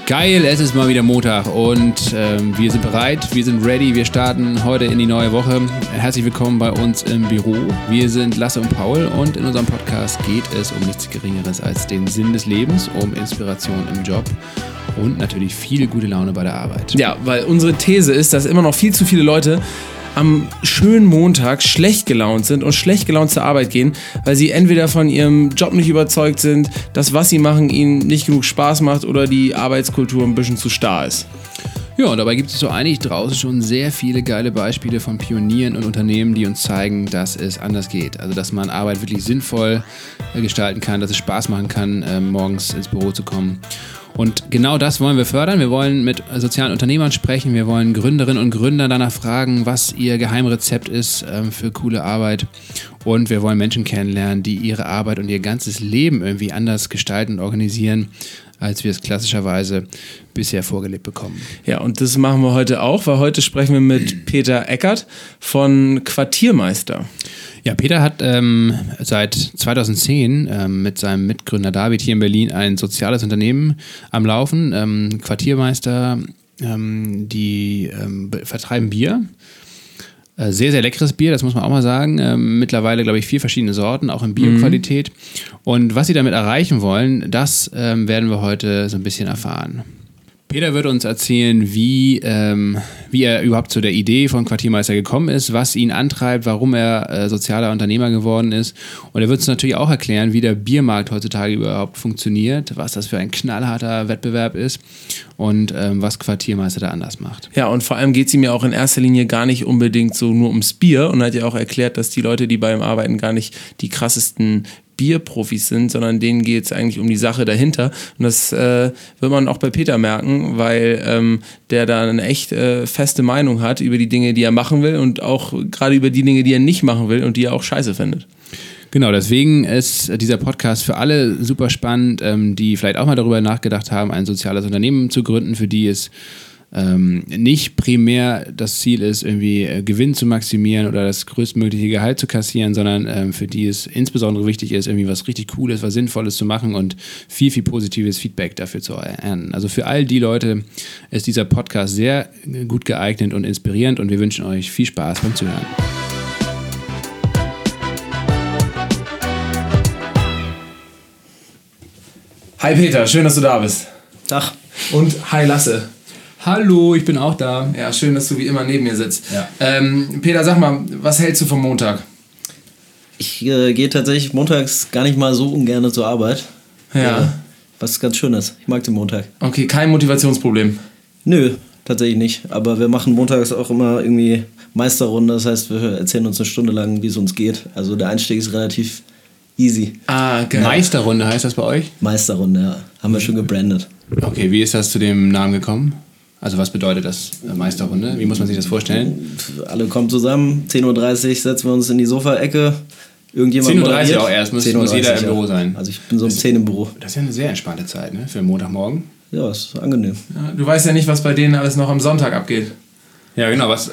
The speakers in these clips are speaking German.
Geil, es ist mal wieder Montag und wir sind bereit, wir sind ready, wir starten heute in die neue Woche. Herzlich willkommen bei uns im Büro. Wir sind Lasse und Paul und in unserem Podcast geht es um nichts Geringeres als den Sinn des Lebens, um Inspiration im Job und natürlich viel gute Laune bei der Arbeit. Ja, weil unsere These ist, dass immer noch viel zu viele Leute am schönen Montag schlecht gelaunt sind und schlecht gelaunt zur Arbeit gehen, weil sie entweder von ihrem Job nicht überzeugt sind, dass was sie machen ihnen nicht genug Spaß macht oder die Arbeitskultur ein bisschen zu starr ist. Ja, und dabei gibt es so eigentlich draußen schon sehr viele geile Beispiele von Pionieren und Unternehmen, die uns zeigen, dass es anders geht. Also, dass man Arbeit wirklich sinnvoll gestalten kann, dass es Spaß machen kann, morgens ins Büro zu kommen. Und genau das wollen wir fördern. Wir wollen mit sozialen Unternehmern sprechen. Wir wollen Gründerinnen und Gründer danach fragen, was ihr Geheimrezept ist für coole Arbeit. Und wir wollen Menschen kennenlernen, die ihre Arbeit und ihr ganzes Leben irgendwie anders gestalten und organisieren, als wir es klassischerweise bisher vorgelebt bekommen. Ja, und das machen wir heute auch, weil heute sprechen wir mit Peter Eckert von Quartiermeister. Ja, Peter hat seit 2010 mit seinem Mitgründer David hier in Berlin ein soziales Unternehmen am Laufen. Quartiermeister, die vertreiben Bier. Sehr, sehr leckeres Bier, das muss man auch mal sagen. Mittlerweile, glaube ich, 4 verschiedene Sorten, auch in Bio-Qualität. Und was sie damit erreichen wollen, das werden wir heute so ein bisschen erfahren. Peter wird uns erzählen, wie er überhaupt zu der Idee von Quartiermeister gekommen ist, was ihn antreibt, warum er sozialer Unternehmer geworden ist. Und er wird uns natürlich auch erklären, wie der Biermarkt heutzutage überhaupt funktioniert, was das für ein knallharter Wettbewerb ist und was Quartiermeister da anders macht. Ja, und vor allem geht es ihm ja auch in erster Linie gar nicht unbedingt so nur ums Bier. Und er hat ja auch erklärt, dass die Leute, die bei ihm arbeiten, gar nicht die krassesten Bierprofis sind, sondern denen geht es eigentlich um die Sache dahinter. Und das wird man auch bei Peter merken, weil der da eine echt feste Meinung hat über die Dinge, die er machen will und auch gerade über die Dinge, die er nicht machen will und die er auch scheiße findet. Genau, deswegen ist dieser Podcast für alle super spannend, die vielleicht auch mal darüber nachgedacht haben, ein soziales Unternehmen zu gründen, für die es nicht primär das Ziel ist, irgendwie Gewinn zu maximieren oder das größtmögliche Gehalt zu kassieren, sondern für die es insbesondere wichtig ist, irgendwie was richtig Cooles, was Sinnvolles zu machen und viel, viel positives Feedback dafür zu ernten. Also für all die Leute ist dieser Podcast sehr gut geeignet und inspirierend und wir wünschen euch viel Spaß beim Zuhören. Hi Peter, schön, dass du da bist. Tag. Und hi Lasse. Hallo, ich bin auch da. Ja, schön, dass du wie immer neben mir sitzt. Ja. Peter, sag mal, was hältst du vom Montag? Ich gehe tatsächlich montags gar nicht mal so ungern zur Arbeit. Ja. Was ganz schön ist. Ich mag den Montag. Okay, kein Motivationsproblem. Nö, tatsächlich nicht. Aber wir machen montags auch immer irgendwie Meisterrunde. Das heißt, wir erzählen uns eine Stunde lang, wie es uns geht. Also der Einstieg ist relativ easy. Ah, geil. Meisterrunde heißt das bei euch? Meisterrunde, ja. Haben wir schon gebrandet. Okay, wie ist das zu dem Namen gekommen? Also was bedeutet das, Meisterrunde? Wie muss man sich das vorstellen? Alle kommen zusammen, 10.30 Uhr setzen wir uns in die Sofaecke. 10.30 Uhr auch erst, muss jeder im Büro sein. Also ich bin so um 10 im Büro. Das ist ja eine sehr entspannte Zeit, ne? Für einen Montagmorgen. Ja, ist angenehm. Ja, du weißt ja nicht, was bei denen alles noch am Sonntag abgeht. Ja, genau, was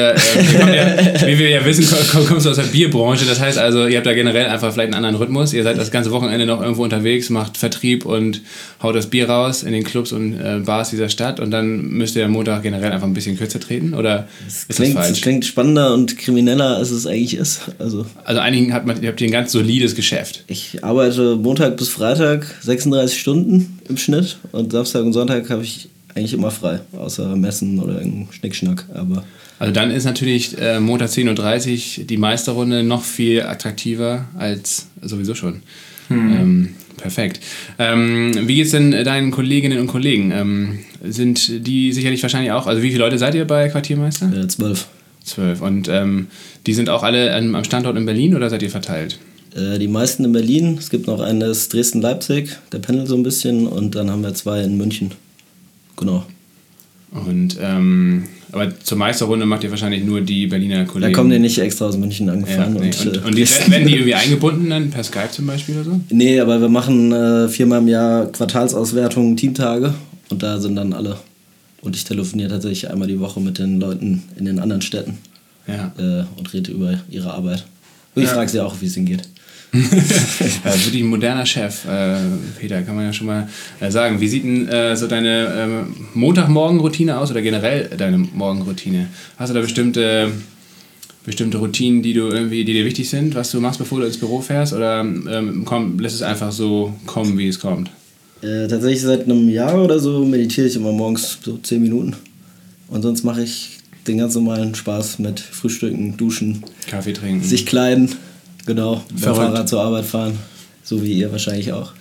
wie wir ja wissen, kommst du aus der Bierbranche, das heißt also, ihr habt da generell einfach vielleicht einen anderen Rhythmus, ihr seid das ganze Wochenende noch irgendwo unterwegs, macht Vertrieb und haut das Bier raus in den Clubs und Bars dieser Stadt und dann müsst ihr am Montag generell einfach ein bisschen kürzer treten, oder ist das falsch? Das klingt spannender und krimineller, als es eigentlich ist. Also eigentlich ihr habt ein ganz solides Geschäft. Ich arbeite Montag bis Freitag 36 Stunden im Schnitt und Samstag und Sonntag habe ich eigentlich immer frei, außer Messen oder irgendein Schnickschnack. Aber also dann ist natürlich Montag 10.30 Uhr die Meisterrunde noch viel attraktiver als sowieso schon. Perfekt. Wie geht's denn deinen Kolleginnen und Kollegen? Sind die sicherlich wahrscheinlich auch, also wie viele Leute seid ihr bei Quartiermeister? 12. 12. Und die sind auch alle am Standort in Berlin oder seid ihr verteilt? Die meisten in Berlin. Es gibt noch eines Dresden-Leipzig, der pendelt so ein bisschen. Und dann haben wir 2 in München. Genau. Und aber zur Meisterrunde macht ihr wahrscheinlich nur die Berliner Kollegen. Da kommen die nicht extra aus München angefahren. Ja, nee. Und die werden die irgendwie eingebunden dann per Skype zum Beispiel oder so? Nee, aber wir machen 4-mal im Jahr Quartalsauswertungen, Teamtage und da sind dann alle. Und ich telefoniere tatsächlich einmal die Woche mit den Leuten in den anderen Städten und rede über ihre Arbeit. Und ich frage sie auch, wie es ihnen geht. Ja, wirklich ein moderner Chef, Peter, kann man ja schon mal sagen. Wie sieht denn so deine Montagmorgen-Routine aus oder generell deine Morgenroutine? Hast du da bestimmte Routinen, die dir wichtig sind, was du machst, bevor du ins Büro fährst, oder lässt es einfach so kommen, wie es kommt? Tatsächlich seit einem Jahr oder so meditiere ich immer morgens so 10 Minuten. Und sonst mache ich den ganz normalen Spaß mit Frühstücken, Duschen, Kaffee trinken, sich kleiden, genau, mit dem Verrückt. Fahrrad zur Arbeit fahren, so wie ihr wahrscheinlich auch.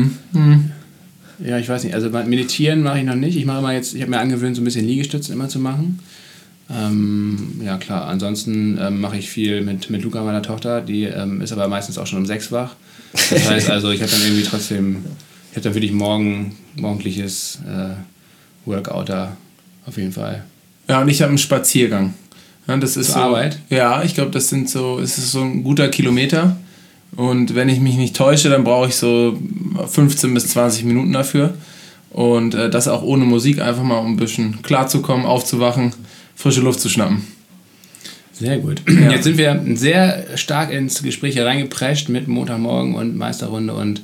Ja, ich weiß nicht, also meditieren mache ich noch nicht. Ich habe mir angewöhnt, so ein bisschen Liegestützen immer zu machen. Ja klar, ansonsten mache ich viel mit Luca, meiner Tochter, die ist aber meistens auch schon um 6 wach. Das heißt also, ich habe dann wirklich morgendliches Workout da auf jeden Fall. Ja, und ich habe einen Spaziergang. Ja, das ist Zur so, Arbeit? Ja, ich glaube, es ist so ein guter Kilometer. Und wenn ich mich nicht täusche, dann brauche ich so 15 bis 20 Minuten dafür. Und das auch ohne Musik, einfach mal um ein bisschen klarzukommen, aufzuwachen, frische Luft zu schnappen. Sehr gut. Ja. Jetzt sind wir sehr stark ins Gespräch hereingeprescht mit Montagmorgen und Meisterrunde und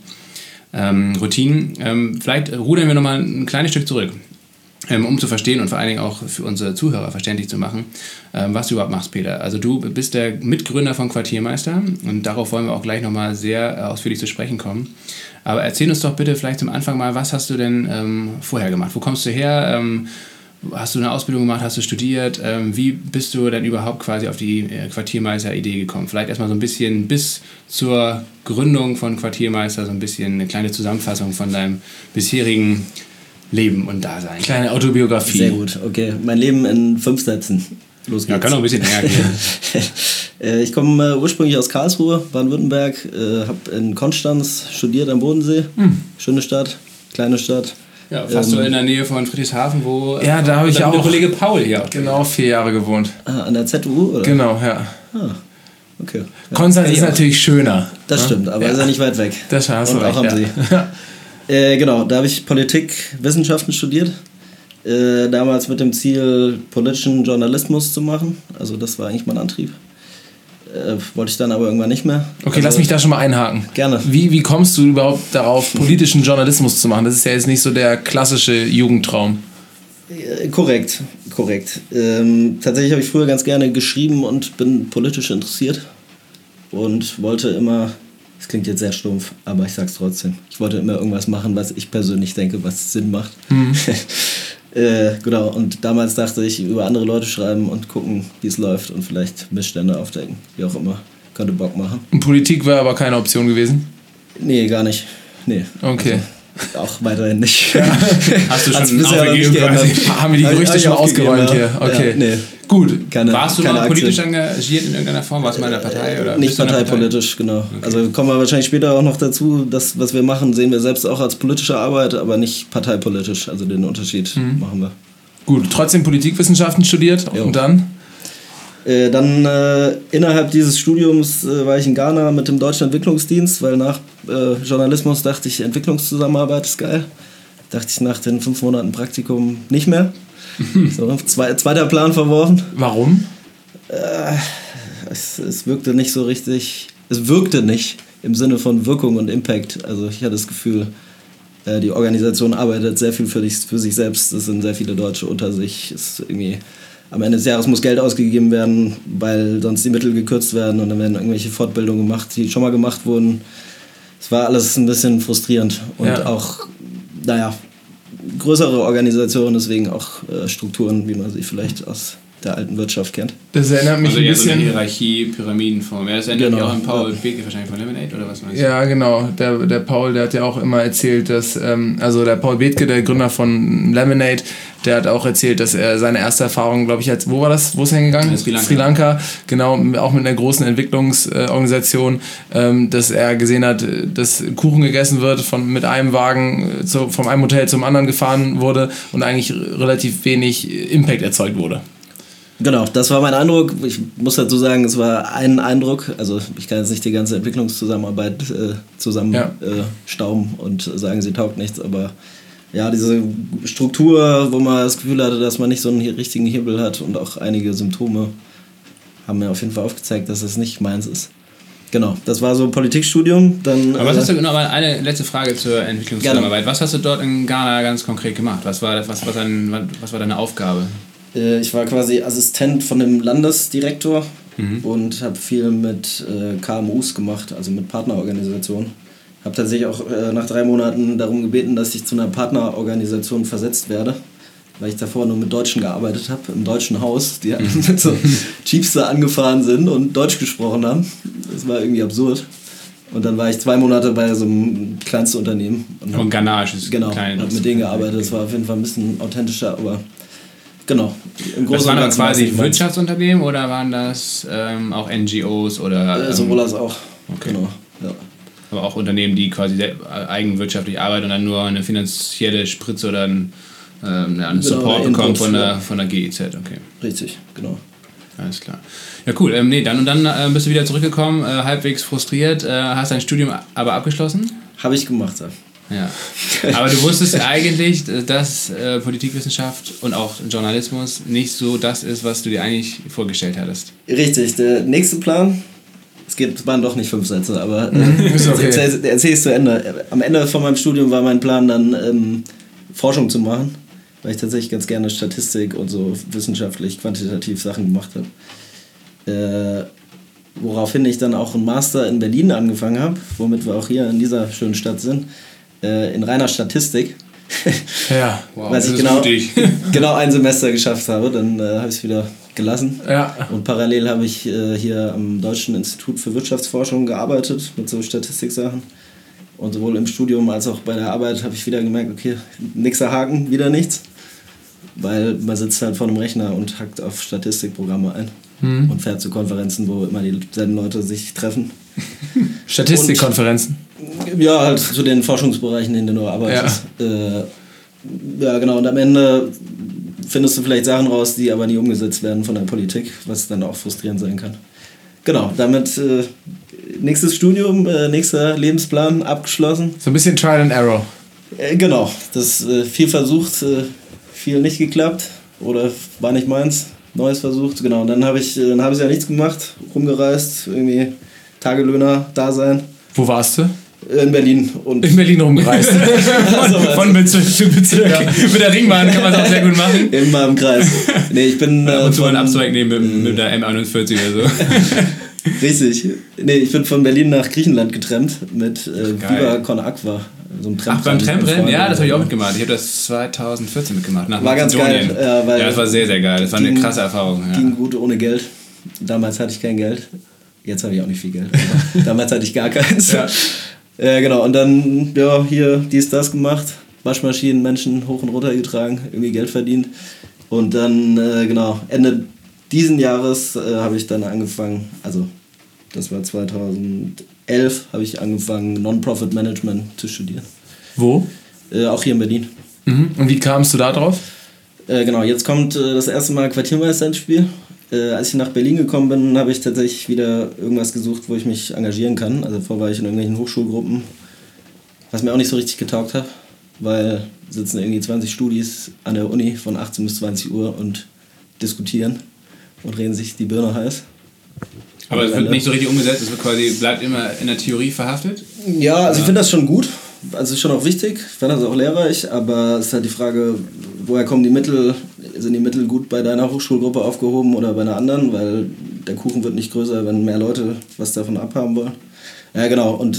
Routinen. Vielleicht rudern wir nochmal ein kleines Stück zurück, um zu verstehen und vor allen Dingen auch für unsere Zuhörer verständlich zu machen, was du überhaupt machst, Peter. Also du bist der Mitgründer von Quartiermeister und darauf wollen wir auch gleich nochmal sehr ausführlich zu sprechen kommen. Aber erzähl uns doch bitte vielleicht zum Anfang mal, was hast du denn vorher gemacht? Wo kommst du her? Hast du eine Ausbildung gemacht? Hast du studiert? Wie bist du denn überhaupt quasi auf die Quartiermeister-Idee gekommen? Vielleicht erstmal so ein bisschen bis zur Gründung von Quartiermeister, so ein bisschen eine kleine Zusammenfassung von deinem bisherigen Leben und Dasein. Kleine Autobiografie. Sehr gut, okay. Mein Leben in 5 Sätzen. Los geht's. Ja, kann noch ein bisschen länger gehen. Ich komme ursprünglich aus Karlsruhe, Baden-Württemberg, habe in Konstanz studiert am Bodensee. Schöne Stadt, kleine Stadt. Ja, fast so in der Nähe von Friedrichshafen, wo Ja, da habe ich der auch Kollege Paul hier auch. genau 4 Jahre gewohnt. An der ZU, oder? Genau, ja. Okay. Ja, Konstanz kenn ist ich auch. natürlich schöner. Das stimmt, aber ist ja nicht weit weg. Das hast du Und auch recht, am ja. See. Genau, da habe ich Politikwissenschaften studiert. Damals mit dem Ziel, politischen Journalismus zu machen. Also das war eigentlich mein Antrieb. Wollte ich dann aber irgendwann nicht mehr. Okay, lass mich da schon mal einhaken. Gerne. Wie kommst du überhaupt darauf, politischen Journalismus zu machen? Das ist ja jetzt nicht so der klassische Jugendtraum. Korrekt. Tatsächlich habe ich früher ganz gerne geschrieben und bin politisch interessiert. Und wollte immer, das klingt jetzt sehr stumpf, aber ich sag's trotzdem, ich wollte immer irgendwas machen, was ich persönlich denke, was Sinn macht. Genau, und damals dachte ich, über andere Leute schreiben und gucken, wie es läuft und vielleicht Missstände aufdecken, wie auch immer. Könnte Bock machen. Und Politik wäre aber keine Option gewesen? Nee, gar nicht. Nee. Okay. Also, auch weiterhin nicht. Hast du Hat's schon bisher noch aufgegeben nicht quasi? geändert. Haben wir die Hab ich Gerüchte schon mal aufgegeben, ausgeräumt ja. hier? Okay. Ja, nee. Gut. Warst du keine mal politisch Aktie. engagiert in irgendeiner Form? Warst du mal in der Partei? Oder Nicht bist du in der parteipolitisch, genau. Also kommen wir wahrscheinlich später auch noch dazu. Das, was wir machen, sehen wir selbst auch als politische Arbeit, aber nicht parteipolitisch. Also den Unterschied machen wir. Gut, trotzdem Politikwissenschaften studiert Jo. und dann? Dann innerhalb dieses Studiums war ich in Ghana mit dem Deutschen Entwicklungsdienst, weil nach Journalismus dachte ich, Entwicklungszusammenarbeit ist geil. Dachte ich nach den 5 Monaten Praktikum nicht mehr. So, zweiter Plan verworfen. Warum? Es wirkte nicht so richtig, es wirkte nicht im Sinne von Wirkung und Impact. Also ich hatte das Gefühl, die Organisation arbeitet sehr viel für sich selbst. Es sind sehr viele Deutsche unter sich. Es ist irgendwie, am Ende des Jahres muss Geld ausgegeben werden, weil sonst die Mittel gekürzt werden und dann werden irgendwelche Fortbildungen gemacht, die schon mal gemacht wurden. Es war alles ein bisschen frustrierend und auch, größere Organisationen, deswegen auch Strukturen, wie man sie vielleicht aus der alten Wirtschaft kennt. Das erinnert mich Also ein eher so eine bisschen... Hierarchie, Pyramidenform. Ja, das erinnert mich Genau. auch an Paul Bethke wahrscheinlich von Lemonade, oder was meinst du? Ja, genau. Der Paul, der hat ja auch immer erzählt, dass, also der Paul Bethke, der Gründer von Lemonade, der hat auch erzählt, dass er seine erste Erfahrung, glaube ich, wo war das? Wo ist er hingegangen? Sri Lanka. Genau, auch mit einer großen Entwicklungsorganisation, dass er gesehen hat, dass Kuchen gegessen wird, mit einem Wagen von einem Hotel zum anderen gefahren wurde und eigentlich relativ wenig Impact erzeugt wurde. Genau, das war mein Eindruck. Ich muss dazu sagen, es war ein Eindruck. Also ich kann jetzt nicht die ganze Entwicklungszusammenarbeit stauben und sagen, sie taugt nichts, aber ja, diese Struktur, wo man das Gefühl hatte, dass man nicht so einen richtigen Hebel hat und auch einige Symptome haben mir auf jeden Fall aufgezeigt, dass es nicht meins ist. Genau, das war so ein Politikstudium. Dann, Aber was hast du genau, eine letzte Frage zur Entwicklungszusammenarbeit. Was hast du dort in Ghana ganz konkret gemacht? Was war deine Aufgabe? Ich war quasi Assistent von dem Landesdirektor und habe viel mit KMUs gemacht, also mit Partnerorganisationen. Habe tatsächlich auch nach 3 Monaten darum gebeten, dass ich zu einer Partnerorganisation versetzt werde, weil ich davor nur mit Deutschen gearbeitet habe, im deutschen Haus, die mit so Jeeps da angefahren sind und Deutsch gesprochen haben. Das war irgendwie absurd. Und dann war ich 2 Monate bei so einem kleinsten Unternehmen. Und ghanaisches. Genau, habe mit denen gearbeitet. Das war auf jeden Fall ein bisschen authentischer, aber genau. Das waren dann quasi Wirtschaftsunternehmen oder waren das auch NGOs? Oder, sowohl als auch. Okay. Genau, ja. Aber auch Unternehmen, die quasi eigenwirtschaftlich arbeiten und dann nur eine finanzielle Spritze oder einen Support bekommen von der GIZ. Okay. Richtig, genau. Alles klar. Ja, cool. Dann bist du wieder zurückgekommen, halbwegs frustriert, hast dein Studium aber abgeschlossen? Habe ich gemacht, ja. Ja. Aber du wusstest eigentlich, dass Politikwissenschaft und auch Journalismus nicht so das ist, was du dir eigentlich vorgestellt hattest. Richtig. Der nächste Plan, es waren doch nicht 5 Sätze, aber ist okay. erzähl es zu Ende. Am Ende von meinem Studium war mein Plan dann Forschung zu machen, weil ich tatsächlich ganz gerne Statistik und so wissenschaftlich, quantitativ Sachen gemacht habe. Woraufhin ich dann auch einen Master in Berlin angefangen habe, womit wir auch hier in dieser schönen Stadt sind, in reiner Statistik. Ja, wow, weil ich genau ein Semester geschafft habe, dann habe ich es wieder gelassen. Ja. Und parallel habe ich hier am Deutschen Institut für Wirtschaftsforschung gearbeitet mit so Statistiksachen. Und sowohl im Studium als auch bei der Arbeit habe ich wieder gemerkt, okay, nixer Haken, wieder nichts. Weil man sitzt halt vor einem Rechner und hackt auf Statistikprogramme ein und fährt zu Konferenzen, wo immer dieselben Leute sich treffen. Statistikkonferenzen? Ja, halt zu den Forschungsbereichen, in denen du arbeitest. Ja, genau. Und am Ende findest du vielleicht Sachen raus, die aber nie umgesetzt werden von der Politik, was dann auch frustrierend sein kann. Genau, damit nächstes Studium, nächster Lebensplan abgeschlossen. So ein bisschen Trial and Error. Genau, das viel versucht, viel nicht geklappt oder war nicht meins. Neues versucht, genau. Und dann habe ich ja nichts gemacht, rumgereist, irgendwie Tagelöhner-Dasein. Wo warst du? In Berlin. Und in Berlin rumgereist. Von Bezirk zu Bezirk. Ja. Mit der Ringbahn kann man das auch sehr gut machen. Immer im Kreis. Nee, ich bin... ab und zu mal einen Abzweig nehmen mit der M41 oder so. Richtig. Nee, ich bin von Berlin nach Griechenland getrennt mit Viva Con Aqua. So ein Ach, beim Tramrennen? Ja, das habe ich auch mitgemacht. Ich habe das 2014 mitgemacht. War ganz geil. Ja, das war sehr, sehr geil. Das war eine krasse Erfahrung. Ja. Ging gut ohne Geld. Damals hatte ich kein Geld. Jetzt habe ich auch nicht viel Geld. Aber damals hatte ich gar keins. Ja. Genau, und dann hier dies, das gemacht. Waschmaschinen, Menschen hoch und runter getragen, irgendwie Geld verdient. Und dann, Ende diesen Jahres habe ich dann angefangen, also das war 2011, habe ich angefangen, Non-Profit Management zu studieren. Wo? Auch hier in Berlin. Mhm. Und wie kamst du da drauf? Genau, jetzt kommt das erste Mal Quartiermeister ins Spiel. Als ich nach Berlin gekommen bin, habe ich tatsächlich wieder irgendwas gesucht, wo ich mich engagieren kann. Also vorher war ich in irgendwelchen Hochschulgruppen, was mir auch nicht so richtig getaugt hat, weil sitzen irgendwie 20 Studis an der Uni von 18 bis 20 Uhr und diskutieren und reden sich die Birne heiß. Aber es wird nicht so richtig umgesetzt, es wird quasi, bleibt immer in der Theorie verhaftet? Ja, also ich finde das schon gut. Also ist schon auch wichtig, ich fand das auch lehrreich, aber es ist halt die Frage, woher kommen die Mittel? Sind die Mittel gut bei deiner Hochschulgruppe aufgehoben oder bei einer anderen? Weil der Kuchen wird nicht größer, wenn mehr Leute was davon abhaben wollen. Ja, genau. Und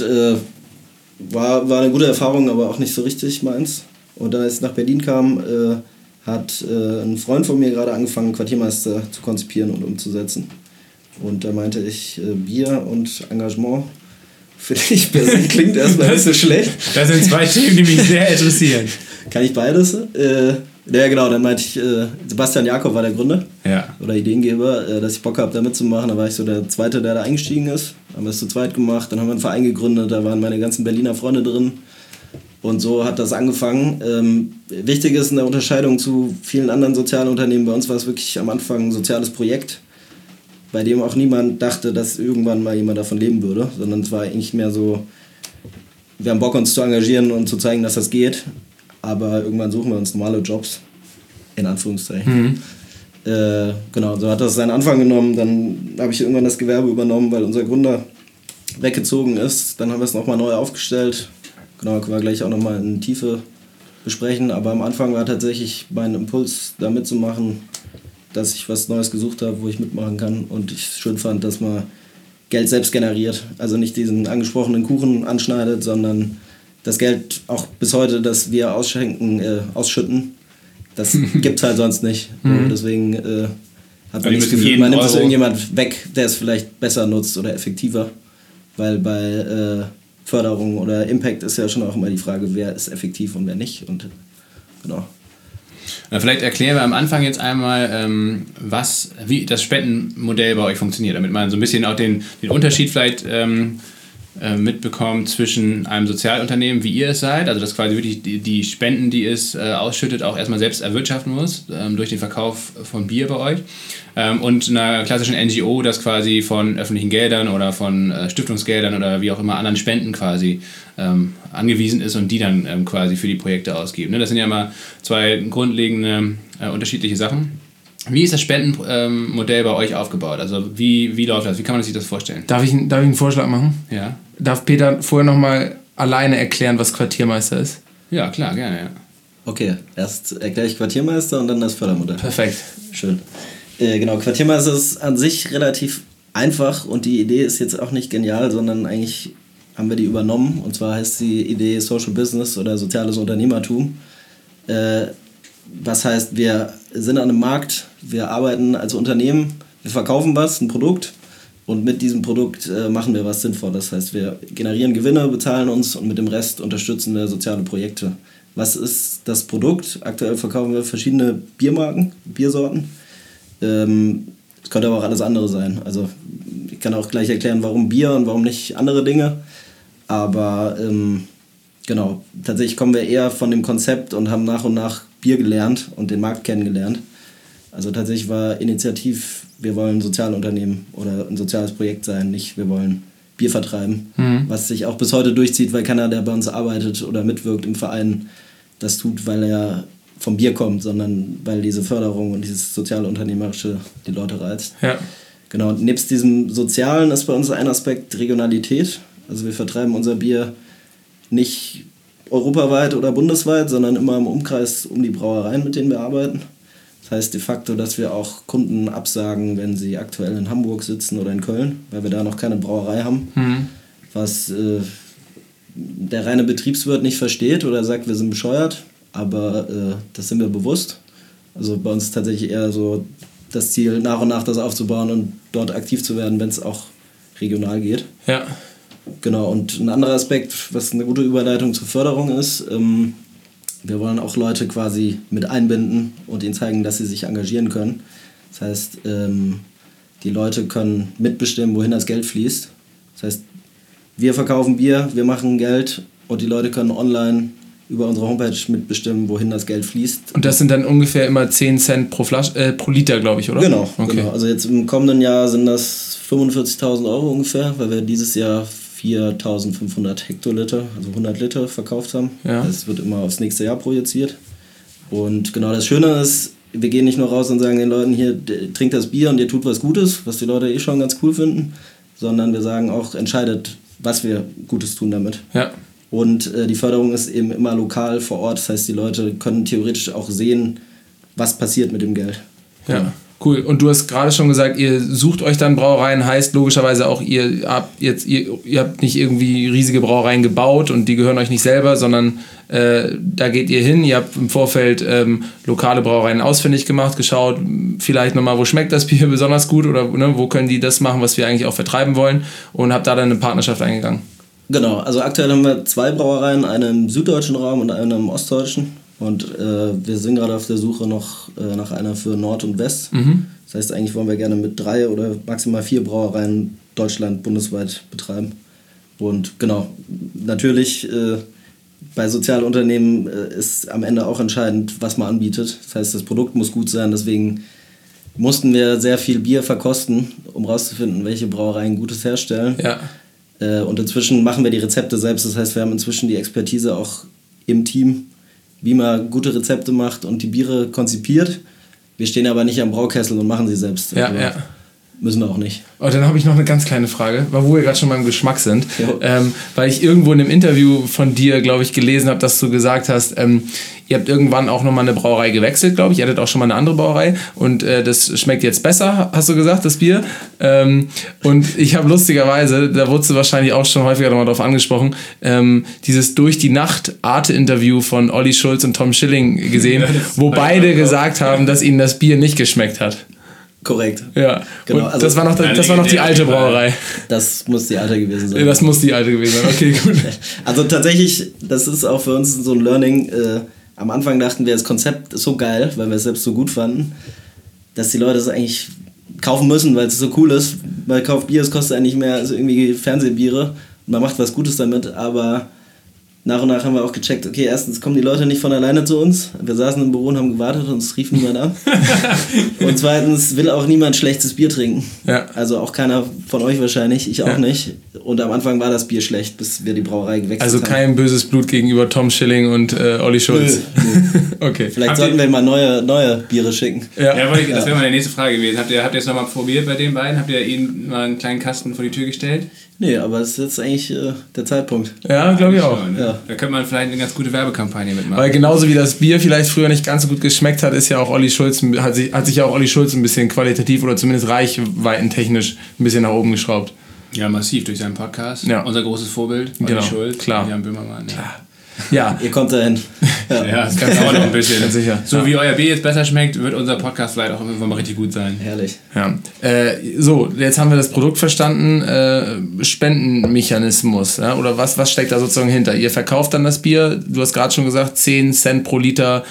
war eine gute Erfahrung, aber auch nicht so richtig meins. Und als ich nach Berlin kam, hat ein Freund von mir gerade angefangen, Quartiermeister zu konzipieren und umzusetzen. Und da meinte ich, Bier und Engagement, finde ich persönlich klingt erstmal nicht so schlecht. Das sind zwei Themen, die mich sehr interessieren. Kann ich beides? Ja, genau, dann meinte ich, Sebastian Jakob war der Gründer oder Ideengeber, dass ich Bock habe, da mitzumachen. Da war ich so der Zweite, der da eingestiegen ist. Haben wir es zu zweit gemacht, dann haben wir einen Verein gegründet, da waren meine ganzen Berliner Freunde drin. Und so hat das angefangen. Wichtig ist in der Unterscheidung zu vielen anderen sozialen Unternehmen, bei uns war es wirklich am Anfang ein soziales Projekt, bei dem auch niemand dachte, dass irgendwann mal jemand davon leben würde, sondern es war eigentlich mehr so, wir haben Bock, uns zu engagieren und zu zeigen, dass das geht, aber irgendwann suchen wir uns normale Jobs, in Anführungszeichen. Genau, so hat das seinen Anfang genommen, dann habe ich irgendwann das Gewerbe übernommen, weil unser Gründer weggezogen ist. Dann haben wir es nochmal neu aufgestellt. Genau, können wir gleich auch nochmal in Tiefe besprechen. Aber am Anfang war tatsächlich mein Impuls, da mitzumachen, dass ich was Neues gesucht habe, wo ich mitmachen kann. Und ich schön fand, dass man Geld selbst generiert. Also nicht diesen angesprochenen Kuchen anschneidet, sondern das Geld auch bis heute, das wir ausschütten, das gibt es halt sonst nicht. Deswegen hat man das Gefühl, man nimmt es irgendjemand weg, der es vielleicht besser nutzt oder effektiver. Weil bei Förderung oder Impact ist ja schon auch immer die Frage, wer ist effektiv und wer nicht. Und genau. Vielleicht erklären wir am Anfang jetzt einmal, wie das Spendenmodell bei euch funktioniert, damit man so ein bisschen auch den Unterschied vielleicht mitbekommt zwischen einem Sozialunternehmen, wie ihr es seid, also dass quasi wirklich die Spenden, die es ausschüttet, auch erstmal selbst erwirtschaften muss, durch den Verkauf von Bier bei euch, und einer klassischen NGO, das quasi von öffentlichen Geldern oder von Stiftungsgeldern oder wie auch immer anderen Spenden quasi angewiesen ist und die dann quasi für die Projekte ausgeben. Ne? Das sind ja immer zwei grundlegende unterschiedliche Sachen. Wie ist das Spendenmodell bei euch aufgebaut? Also wie läuft das? Wie kann man sich das vorstellen? Darf ich einen Vorschlag machen? Ja. Darf Peter vorher nochmal alleine erklären, was Quartiermeister ist? Ja, klar, gerne, ja. Okay, erst erkläre ich Quartiermeister und dann das Fördermodell. Perfekt. Schön. Genau, Quartiermeister ist an sich relativ einfach und die Idee ist jetzt auch nicht genial, sondern eigentlich haben wir die übernommen. Und zwar heißt die Idee Social Business oder soziales Unternehmertum. Was heißt, wir sind an einem Markt, wir arbeiten als Unternehmen, wir verkaufen was, ein Produkt, und mit diesem Produkt machen wir was Sinnvolles. Das heißt, wir generieren Gewinne, bezahlen uns und mit dem Rest unterstützen wir soziale Projekte. Was ist das Produkt? Aktuell verkaufen wir verschiedene Biermarken, Biersorten. Es könnte aber auch alles andere sein. Also ich kann auch gleich erklären, warum Bier und warum nicht andere Dinge. Aber genau, tatsächlich kommen wir eher von dem Konzept und haben nach und nach Bier gelernt und den Markt kennengelernt. Also tatsächlich war initiativ, wir wollen ein Sozialunternehmen oder ein soziales Projekt sein, nicht wir wollen Bier vertreiben. Was sich auch bis heute durchzieht, weil keiner, der bei uns arbeitet oder mitwirkt im Verein, das tut, weil er vom Bier kommt, sondern weil diese Förderung und dieses Sozialunternehmerische die Leute reizt. Ja. Genau, und nebst diesem Sozialen ist bei uns ein Aspekt Regionalität. Also wir vertreiben unser Bier nicht europaweit oder bundesweit, sondern immer im Umkreis um die Brauereien, mit denen wir arbeiten. Das heißt de facto, dass wir auch Kunden absagen, wenn sie aktuell in Hamburg sitzen oder in Köln, weil wir da noch keine Brauerei haben, was der reine Betriebswirt nicht versteht oder sagt, wir sind bescheuert, aber das sind wir bewusst. Also bei uns ist tatsächlich eher so das Ziel, nach und nach das aufzubauen und dort aktiv zu werden, wenn es auch regional geht. Ja. Genau, und ein anderer Aspekt, was eine gute Überleitung zur Förderung ist, wir wollen auch Leute quasi mit einbinden und ihnen zeigen, dass sie sich engagieren können. Das heißt, die Leute können mitbestimmen, wohin das Geld fließt. Das heißt, wir verkaufen Bier, wir machen Geld und die Leute können online über unsere Homepage mitbestimmen, wohin das Geld fließt. Und das sind dann ungefähr immer 10 Cent pro Liter, glaube ich, oder? Genau, okay. Genau. Also jetzt im kommenden Jahr sind das 45.000 Euro ungefähr, weil wir dieses Jahr 4.500 Hektoliter, also 100 Liter verkauft haben. Ja. Das wird immer aufs nächste Jahr projiziert. Und genau das Schöne ist, wir gehen nicht nur raus und sagen den Leuten, hier, trinkt das Bier und ihr tut was Gutes, was die Leute schon ganz cool finden, sondern wir sagen auch, entscheidet, was wir Gutes tun damit. Ja. Und die Förderung ist eben immer lokal vor Ort. Das heißt, die Leute können theoretisch auch sehen, was passiert mit dem Geld. Ja, cool. Und du hast gerade schon gesagt, ihr sucht euch dann Brauereien, heißt logischerweise auch, ihr habt nicht irgendwie riesige Brauereien gebaut und die gehören euch nicht selber, sondern da geht ihr hin, ihr habt im Vorfeld lokale Brauereien ausfindig gemacht, geschaut, vielleicht nochmal, wo schmeckt das Bier besonders gut oder wo können die das machen, was wir eigentlich auch vertreiben wollen, und habt da dann eine Partnerschaft eingegangen. Genau, also aktuell haben wir 2 Brauereien, eine im süddeutschen Raum und eine im ostdeutschen. Und wir sind gerade auf der Suche noch nach einer für Nord und West. Das heißt, eigentlich wollen wir gerne mit 3 oder maximal 4 Brauereien Deutschland bundesweit betreiben. Und genau, natürlich bei Sozialunternehmen ist am Ende auch entscheidend, was man anbietet. Das heißt, das Produkt muss gut sein, deswegen mussten wir sehr viel Bier verkosten, um rauszufinden, welche Brauereien Gutes herstellen. Ja. Und inzwischen machen wir die Rezepte selbst. Das heißt, wir haben inzwischen die Expertise auch im Team, wie man gute Rezepte macht und die Biere konzipiert. Wir stehen aber nicht am Braukessel und machen sie selbst. Ja, also, ja. Müssen wir auch nicht. Oh, dann habe ich noch eine ganz kleine Frage, weil wir gerade schon beim Geschmack sind. Weil ich irgendwo in einem Interview von dir, glaube ich, gelesen habe, dass du gesagt hast, ihr habt irgendwann auch nochmal eine Brauerei gewechselt, glaube ich. Ihr hattet auch schon mal eine andere Brauerei und das schmeckt jetzt besser, hast du gesagt, das Bier. Und ich habe lustigerweise, da wurdest du wahrscheinlich auch schon häufiger nochmal drauf angesprochen, dieses Durch die Nacht Arte-Interview von Olli Schulz und Tom Schilling gesehen, wo beide gesagt haben, dass ihnen das Bier nicht geschmeckt hat. Korrekt. Ja, genau. Also das war noch die alte Brauerei. Das muss die alte gewesen sein. Ja, das muss die alte gewesen sein, okay, gut. Also tatsächlich, das ist auch für uns so ein Learning. Am Anfang dachten wir, das Konzept ist so geil, weil wir es selbst so gut fanden, dass die Leute es eigentlich kaufen müssen, weil es so cool ist. Man kauft Bier, es kostet eigentlich mehr als irgendwie Fernsehbiere und man macht was Gutes damit, aber nach und nach haben wir auch gecheckt, okay, erstens kommen die Leute nicht von alleine zu uns. Wir saßen im Büro und haben gewartet und es rief niemand an. Und zweitens will auch niemand schlechtes Bier trinken. Ja. Also auch keiner von euch wahrscheinlich, ich auch nicht. Und am Anfang war das Bier schlecht, bis wir die Brauerei gewechselt haben. Also kein böses Blut gegenüber Tom Schilling und Olli Schulz. Nö. Okay. Vielleicht sollten wir mal neue Biere schicken. Das wäre meine nächste Frage gewesen. Habt ihr es nochmal probiert bei den beiden? Habt ihr ihnen mal einen kleinen Kasten vor die Tür gestellt? Nee, aber es ist jetzt eigentlich der Zeitpunkt. Ja, glaube ich auch. Schon, ne? Ja. Da könnte man vielleicht eine ganz gute Werbekampagne mitmachen. Weil genauso wie das Bier vielleicht früher nicht ganz so gut geschmeckt hat, ist ja auch Olli Schulz, hat sich ja auch Olli Schulz ein bisschen qualitativ oder zumindest reichweitentechnisch ein bisschen nach oben geschraubt. Ja, massiv durch seinen Podcast. Ja. Unser großes Vorbild, Olli Schulz, klar. Jan Böhmermann. Ja. Ja. Ihr kommt dahin. Ja, das kann auch noch ein bisschen. Ganz sicher. So wie euer Bier jetzt besser schmeckt, wird unser Podcast vielleicht auch irgendwann mal richtig gut sein. Herrlich. Ja. So, jetzt haben wir das Produkt verstanden. Spendenmechanismus. Ja? Oder was steckt da sozusagen hinter? Ihr verkauft dann das Bier, du hast gerade schon gesagt, 10 Cent pro Liter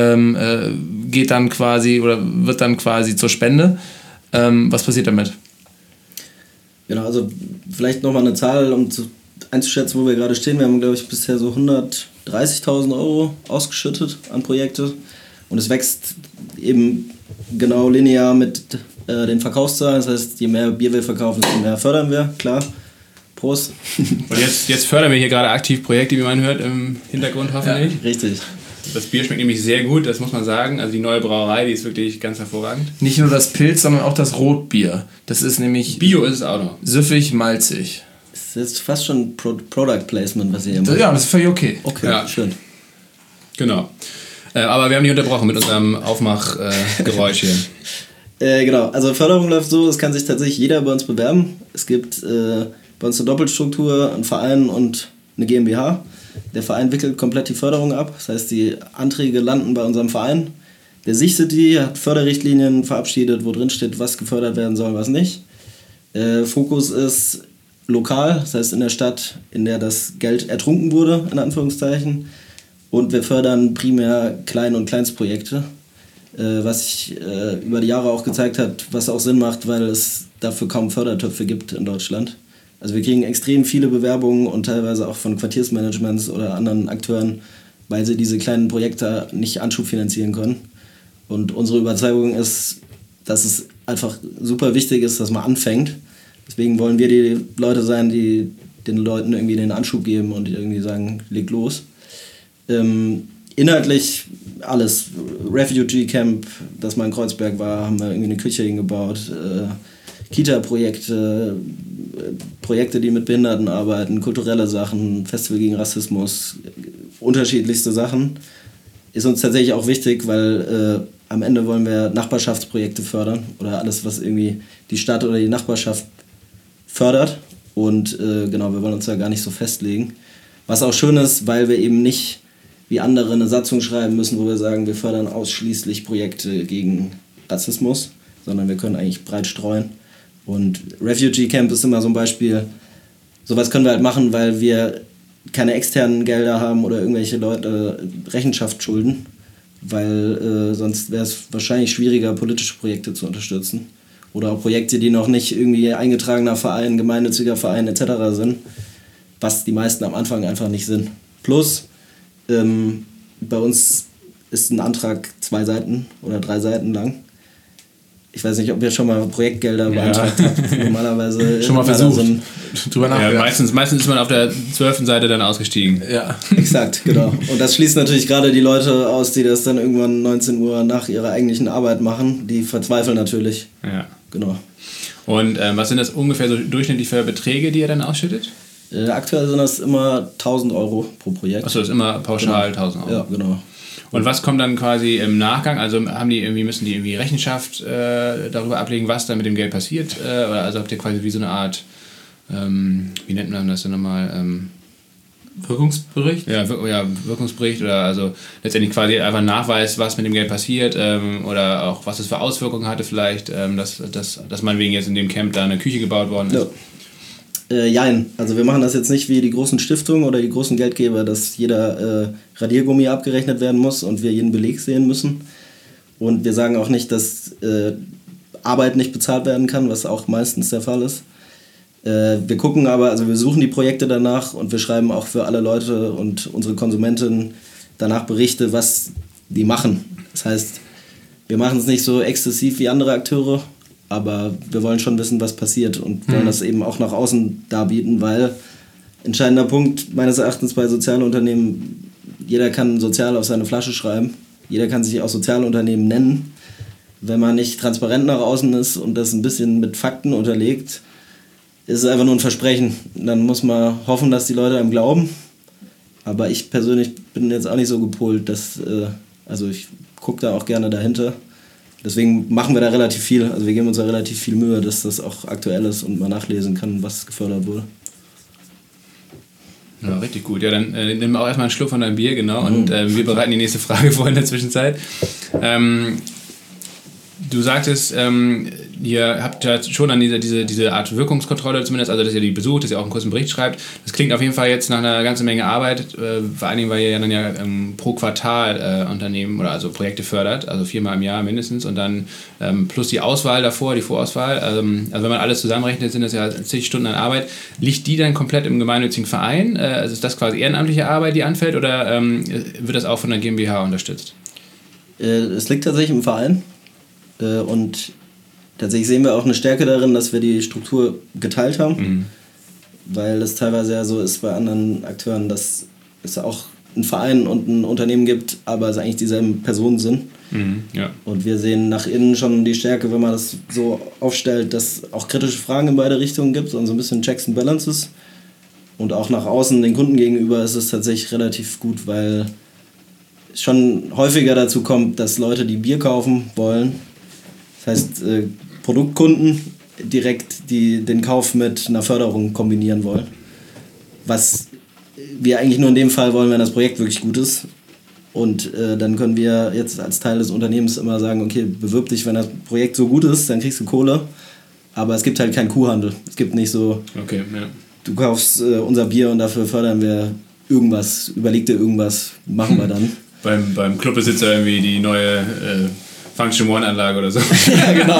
geht dann quasi oder wird dann quasi zur Spende. Was passiert damit? Genau, also vielleicht nochmal eine Zahl, um einzuschätzen, wo wir gerade stehen. Wir haben, glaube ich, bisher so 130.000 Euro ausgeschüttet an Projekte. Und es wächst eben genau linear mit den Verkaufszahlen. Das heißt, je mehr Bier wir verkaufen, desto mehr fördern wir, klar. Prost. Und jetzt fördern wir hier gerade aktiv Projekte, wie man hört, im Hintergrund hoffentlich. Ja, richtig. Das Bier schmeckt nämlich sehr gut, das muss man sagen. Also die neue Brauerei, die ist wirklich ganz hervorragend. Nicht nur das Pilz, sondern auch das Rotbier. Das ist nämlich Bio ist es auch noch. süffig, malzig. Das ist fast schon Product Placement, was ihr hier macht. Ja, das ist völlig okay. Okay, Ja. schön. Genau. Aber wir haben nicht unterbrochen mit unserem Aufmachgeräusch hier. Genau, also Förderung läuft so, es kann sich tatsächlich jeder bei uns bewerben. Es gibt bei uns eine Doppelstruktur, einen Verein und eine GmbH. Der Verein wickelt komplett die Förderung ab. Das heißt, die Anträge landen bei unserem Verein. Der sichtet die, hat Förderrichtlinien verabschiedet, wo drin steht, was gefördert werden soll, was nicht. Fokus ist lokal, das heißt in der Stadt, in der das Geld ertrunken wurde, in Anführungszeichen. Und wir fördern primär Klein- und Kleinstprojekte, was sich über die Jahre auch gezeigt hat, was auch Sinn macht, weil es dafür kaum Fördertöpfe gibt in Deutschland. Also wir kriegen extrem viele Bewerbungen und teilweise auch von Quartiersmanagements oder anderen Akteuren, weil sie diese kleinen Projekte nicht Anschub finanzieren können. Und unsere Überzeugung ist, dass es einfach super wichtig ist, dass man anfängt. Deswegen wollen wir die Leute sein, die den Leuten irgendwie den Anschub geben und irgendwie sagen, leg los. Inhaltlich alles. Refugee Camp, das mal in Kreuzberg war, haben wir irgendwie eine Küche hingebaut. Kita-Projekte, Projekte, die mit Behinderten arbeiten, kulturelle Sachen, Festival gegen Rassismus, unterschiedlichste Sachen. Ist uns tatsächlich auch wichtig, weil am Ende wollen wir Nachbarschaftsprojekte fördern oder alles, was irgendwie die Stadt oder die Nachbarschaft fördert. Und genau, wir wollen uns da gar nicht so festlegen. Was auch schön ist, weil wir eben nicht wie andere eine Satzung schreiben müssen, wo wir sagen, wir fördern ausschließlich Projekte gegen Rassismus, sondern wir können eigentlich breit streuen. Und Refugee Camp ist immer so ein Beispiel. Sowas können wir halt machen, weil wir keine externen Gelder haben oder irgendwelche Leute Rechenschaft schulden, weil sonst wäre es wahrscheinlich schwieriger, politische Projekte zu unterstützen. Oder auch Projekte, die noch nicht irgendwie eingetragener Verein, gemeinnütziger Verein etc. sind, was die meisten am Anfang einfach nicht sind. Plus, bei uns ist ein Antrag 2 Seiten oder 3 Seiten lang. Ich weiß nicht, ob ihr schon mal Projektgelder beantragt habt. Normalerweise schon mal versucht. Drüber nachgedacht. Ja, meistens ist man auf der 12. Seite dann ausgestiegen. Ja. Exakt, genau. Und das schließt natürlich gerade die Leute aus, die das dann irgendwann 19 Uhr nach ihrer eigentlichen Arbeit machen. Die verzweifeln natürlich. Ja. Genau. Und was sind das ungefähr so durchschnittlich für Beträge, die ihr dann ausschüttet? Aktuell sind das immer 1.000 Euro pro Projekt. Achso, das ist immer pauschal 1.000 Euro. Ja, genau. Und was kommt dann quasi im Nachgang? Also müssen die irgendwie Rechenschaft darüber ablegen, was dann mit dem Geld passiert? Oder also habt ihr quasi wie so eine Art, wie nennt man das denn nochmal? Wirkungsbericht? Ja, Wirkungsbericht oder also letztendlich quasi einfach ein Nachweis, was mit dem Geld passiert oder auch was es für Auswirkungen hatte vielleicht, dass meinetwegen jetzt in dem Camp da eine Küche gebaut worden ist. Jein. Also wir machen das jetzt nicht wie die großen Stiftungen oder die großen Geldgeber, dass jeder Radiergummi abgerechnet werden muss und wir jeden Beleg sehen müssen. Und wir sagen auch nicht, dass Arbeit nicht bezahlt werden kann, was auch meistens der Fall ist. Wir gucken aber, also wir suchen die Projekte danach und wir schreiben auch für alle Leute und unsere Konsumenten danach Berichte, was die machen. Das heißt, wir machen es nicht so exzessiv wie andere Akteure, aber wir wollen schon wissen, was passiert und wollen das eben auch nach außen darbieten, weil entscheidender Punkt meines Erachtens bei sozialen Unternehmen, jeder kann sozial auf seine Flasche schreiben, jeder kann sich auch Sozialunternehmen nennen. Wenn man nicht transparent nach außen ist und das ein bisschen mit Fakten unterlegt, ist es einfach nur ein Versprechen. Dann muss man hoffen, dass die Leute einem glauben. Aber ich persönlich bin jetzt auch nicht so gepolt, dass, also ich gucke da auch gerne dahinter. Deswegen machen wir da relativ viel. Also wir geben uns da relativ viel Mühe, dass das auch aktuell ist und man nachlesen kann, was gefördert wurde. Ja, richtig gut. Ja, dann nimm auch erstmal einen Schluck von deinem Bier, genau. Und wir bereiten die nächste Frage vor in der Zwischenzeit. Du sagtest, ihr habt ja schon an diese Art Wirkungskontrolle zumindest, also dass ihr die besucht, dass ihr auch einen kurzen Bericht schreibt. Das klingt auf jeden Fall jetzt nach einer ganzen Menge Arbeit, vor allen Dingen, weil ihr ja dann pro Quartal Unternehmen oder also Projekte fördert, also 4-mal im Jahr mindestens und dann plus die Auswahl davor, die Vorauswahl. Also wenn man alles zusammenrechnet, sind das ja zig Stunden an Arbeit. Liegt die dann komplett im gemeinnützigen Verein? Also ist das quasi ehrenamtliche Arbeit, die anfällt oder wird das auch von der GmbH unterstützt? Es liegt tatsächlich im Verein. Und tatsächlich sehen wir auch eine Stärke darin, dass wir die Struktur geteilt haben, weil es teilweise ja so ist bei anderen Akteuren, dass es auch einen Verein und ein Unternehmen gibt, aber es eigentlich dieselben Personen sind. Ja. Und wir sehen nach innen schon die Stärke, wenn man das so aufstellt, dass auch kritische Fragen in beide Richtungen gibt und so ein bisschen Checks and Balances. Und auch nach außen den Kunden gegenüber ist es tatsächlich relativ gut, weil es schon häufiger dazu kommt, dass Leute, die Bier kaufen wollen, das heißt, Produktkunden direkt den Kauf mit einer Förderung kombinieren wollen. Was wir eigentlich nur in dem Fall wollen, wenn das Projekt wirklich gut ist. Und dann können wir jetzt als Teil des Unternehmens immer sagen, okay, bewirb dich, wenn das Projekt so gut ist, dann kriegst du Kohle. Aber es gibt halt keinen Kuhhandel. Es gibt nicht so, okay, ja. Du kaufst unser Bier und dafür fördern wir irgendwas, überleg dir irgendwas, machen wir dann. Beim Clubbesitzer irgendwie die neue Function One-Anlage oder so. Ja, genau.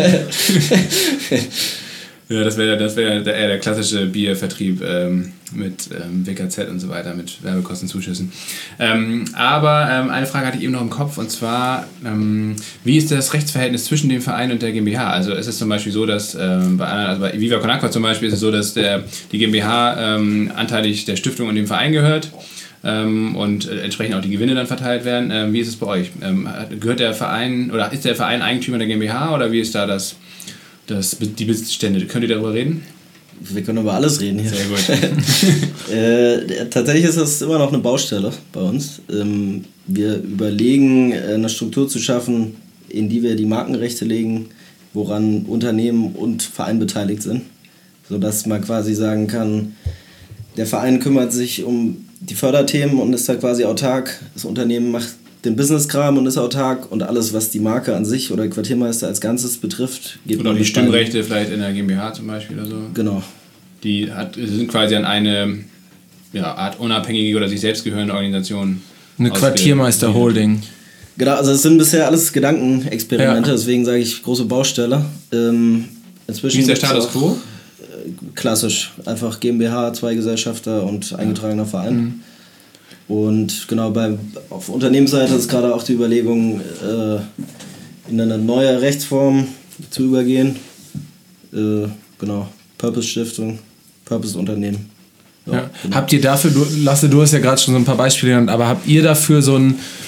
Ja, das wäre eher der klassische Biervertrieb mit WKZ und so weiter, mit Werbekostenzuschüssen. Aber eine Frage hatte ich eben noch im Kopf, und zwar, wie ist das Rechtsverhältnis zwischen dem Verein und der GmbH? Also ist es zum Beispiel so, dass bei Viva Con Agua zum Beispiel ist es so, dass die GmbH anteilig der Stiftung und dem Verein gehört. Und entsprechend auch die Gewinne dann verteilt werden. Wie ist es bei euch? Gehört der Verein oder ist der Verein Eigentümer der GmbH oder wie ist da die Besitzstände? Könnt ihr darüber reden? Wir können über alles reden hier. Sehr gut. Tatsächlich ist das immer noch eine Baustelle bei uns. Wir überlegen, eine Struktur zu schaffen, in die wir die Markenrechte legen, woran Unternehmen und Verein beteiligt sind. Sodass man quasi sagen kann, der Verein kümmert sich um die Förderthemen und ist da quasi autark. Das Unternehmen macht den Business-Kram und ist autark und alles, was die Marke an sich oder Quartiermeister als Ganzes betrifft, geht oder die Stimmrechte vielleicht in der GmbH zum Beispiel oder so. Genau. Die sind quasi an eine Art unabhängige oder sich selbst gehörende Organisation. Eine Quartiermeister-Holding. Genau, also es sind bisher alles Gedankenexperimente, deswegen sage ich große Baustelle. Wie ist der Status quo? Klassisch, einfach GmbH, 2 Gesellschafter und eingetragener Verein. Und genau, auf Unternehmensseite ist gerade auch die Überlegung, in eine neue Rechtsform zu übergehen. Genau, Purpose-Stiftung, Purpose-Unternehmen. Ja. Genau. Habt ihr dafür, Lasse, du hast ja gerade schon so ein paar Beispiele genannt, aber habt ihr dafür so ein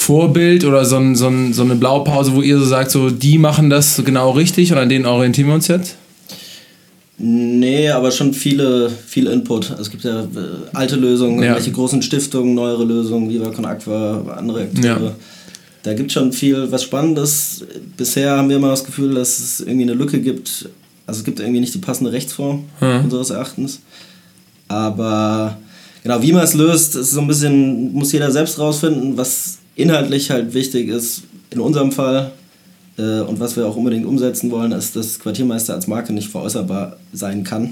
Vorbild oder so eine Blaupause, wo ihr so sagt, so die machen das genau richtig und an denen orientieren wir uns jetzt? Nee, aber schon viel Input. Also es gibt ja alte Lösungen, welche großen Stiftungen, neuere Lösungen, Viva Con Aqua, andere Akteure. Ja. Da gibt es schon viel, was Spannendes. Bisher haben wir immer das Gefühl, dass es irgendwie eine Lücke gibt. Also es gibt irgendwie nicht die passende Rechtsform unseres Erachtens. Aber genau, wie man es löst, ist so ein bisschen, muss jeder selbst rausfinden, was inhaltlich halt wichtig ist. In unserem Fall und was wir auch unbedingt umsetzen wollen, ist, dass Quartiermeister als Marke nicht veräußerbar sein kann.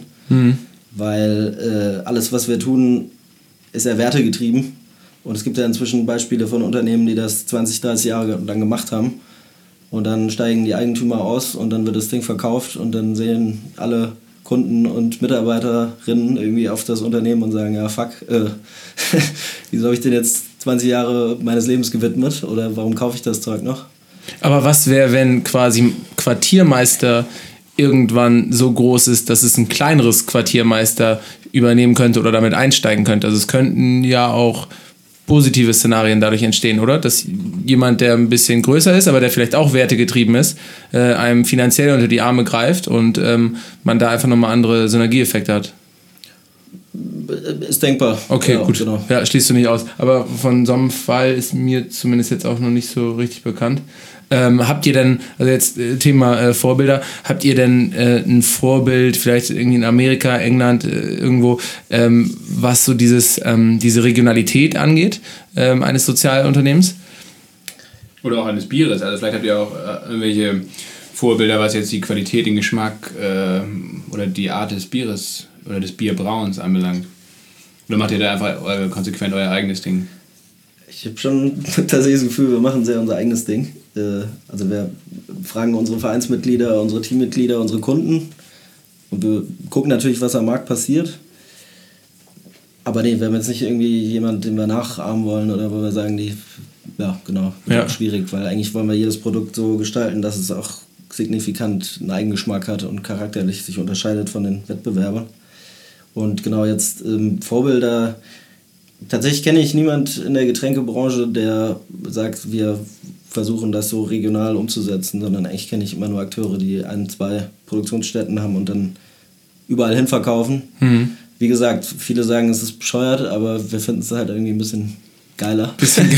Weil alles, was wir tun, ist ja wertegetrieben. Und es gibt ja inzwischen Beispiele von Unternehmen, die das 20, 30 Jahre lang gemacht haben. Und dann steigen die Eigentümer aus und dann wird das Ding verkauft und dann sehen alle Kunden und Mitarbeiterinnen irgendwie auf das Unternehmen und sagen, ja fuck, wieso habe ich denn jetzt 20 Jahre meines Lebens gewidmet oder warum kaufe ich das Zeug noch? Aber was wäre, wenn quasi Quartiermeister irgendwann so groß ist, dass es ein kleineres Quartiermeister übernehmen könnte oder damit einsteigen könnte? Also es könnten ja auch positive Szenarien dadurch entstehen, oder? Dass jemand, der ein bisschen größer ist, aber der vielleicht auch wertegetrieben ist, einem finanziell unter die Arme greift und man da einfach nochmal andere Synergieeffekte hat. Ist denkbar. Okay, ja, gut. Genau. Ja, schließt du nicht aus. Aber von so einem Fall ist mir zumindest jetzt auch noch nicht so richtig bekannt. Habt ihr denn, also jetzt Thema Vorbilder, habt ihr denn ein Vorbild, vielleicht irgendwie in Amerika, England, irgendwo, was so diese Regionalität angeht, eines Sozialunternehmens? Oder auch eines Bieres. Also vielleicht habt ihr auch irgendwelche Vorbilder, was jetzt die Qualität, den Geschmack oder die Art des Bieres oder des Bierbrauens anbelangt. Oder macht ihr da einfach konsequent euer eigenes Ding? Ich habe schon tatsächlich das Gefühl, wir machen sehr unser eigenes Ding. Also wir fragen unsere Vereinsmitglieder, unsere Teammitglieder, unsere Kunden und wir gucken natürlich, was am Markt passiert. Aber nee, wir haben jetzt nicht irgendwie jemanden, den wir nachahmen wollen oder wo wir sagen, schwierig, weil eigentlich wollen wir jedes Produkt so gestalten, dass es auch signifikant einen Eigengeschmack hat und charakterlich sich unterscheidet von den Wettbewerbern. Und genau jetzt Vorbilder. Tatsächlich kenne ich niemand in der Getränkebranche, der sagt, wir versuchen das so regional umzusetzen, sondern eigentlich kenne ich immer nur Akteure, die 1, 2 Produktionsstätten haben und dann überall hin verkaufen. Wie gesagt, viele sagen, es ist bescheuert, aber wir finden es halt irgendwie ein bisschen geiler.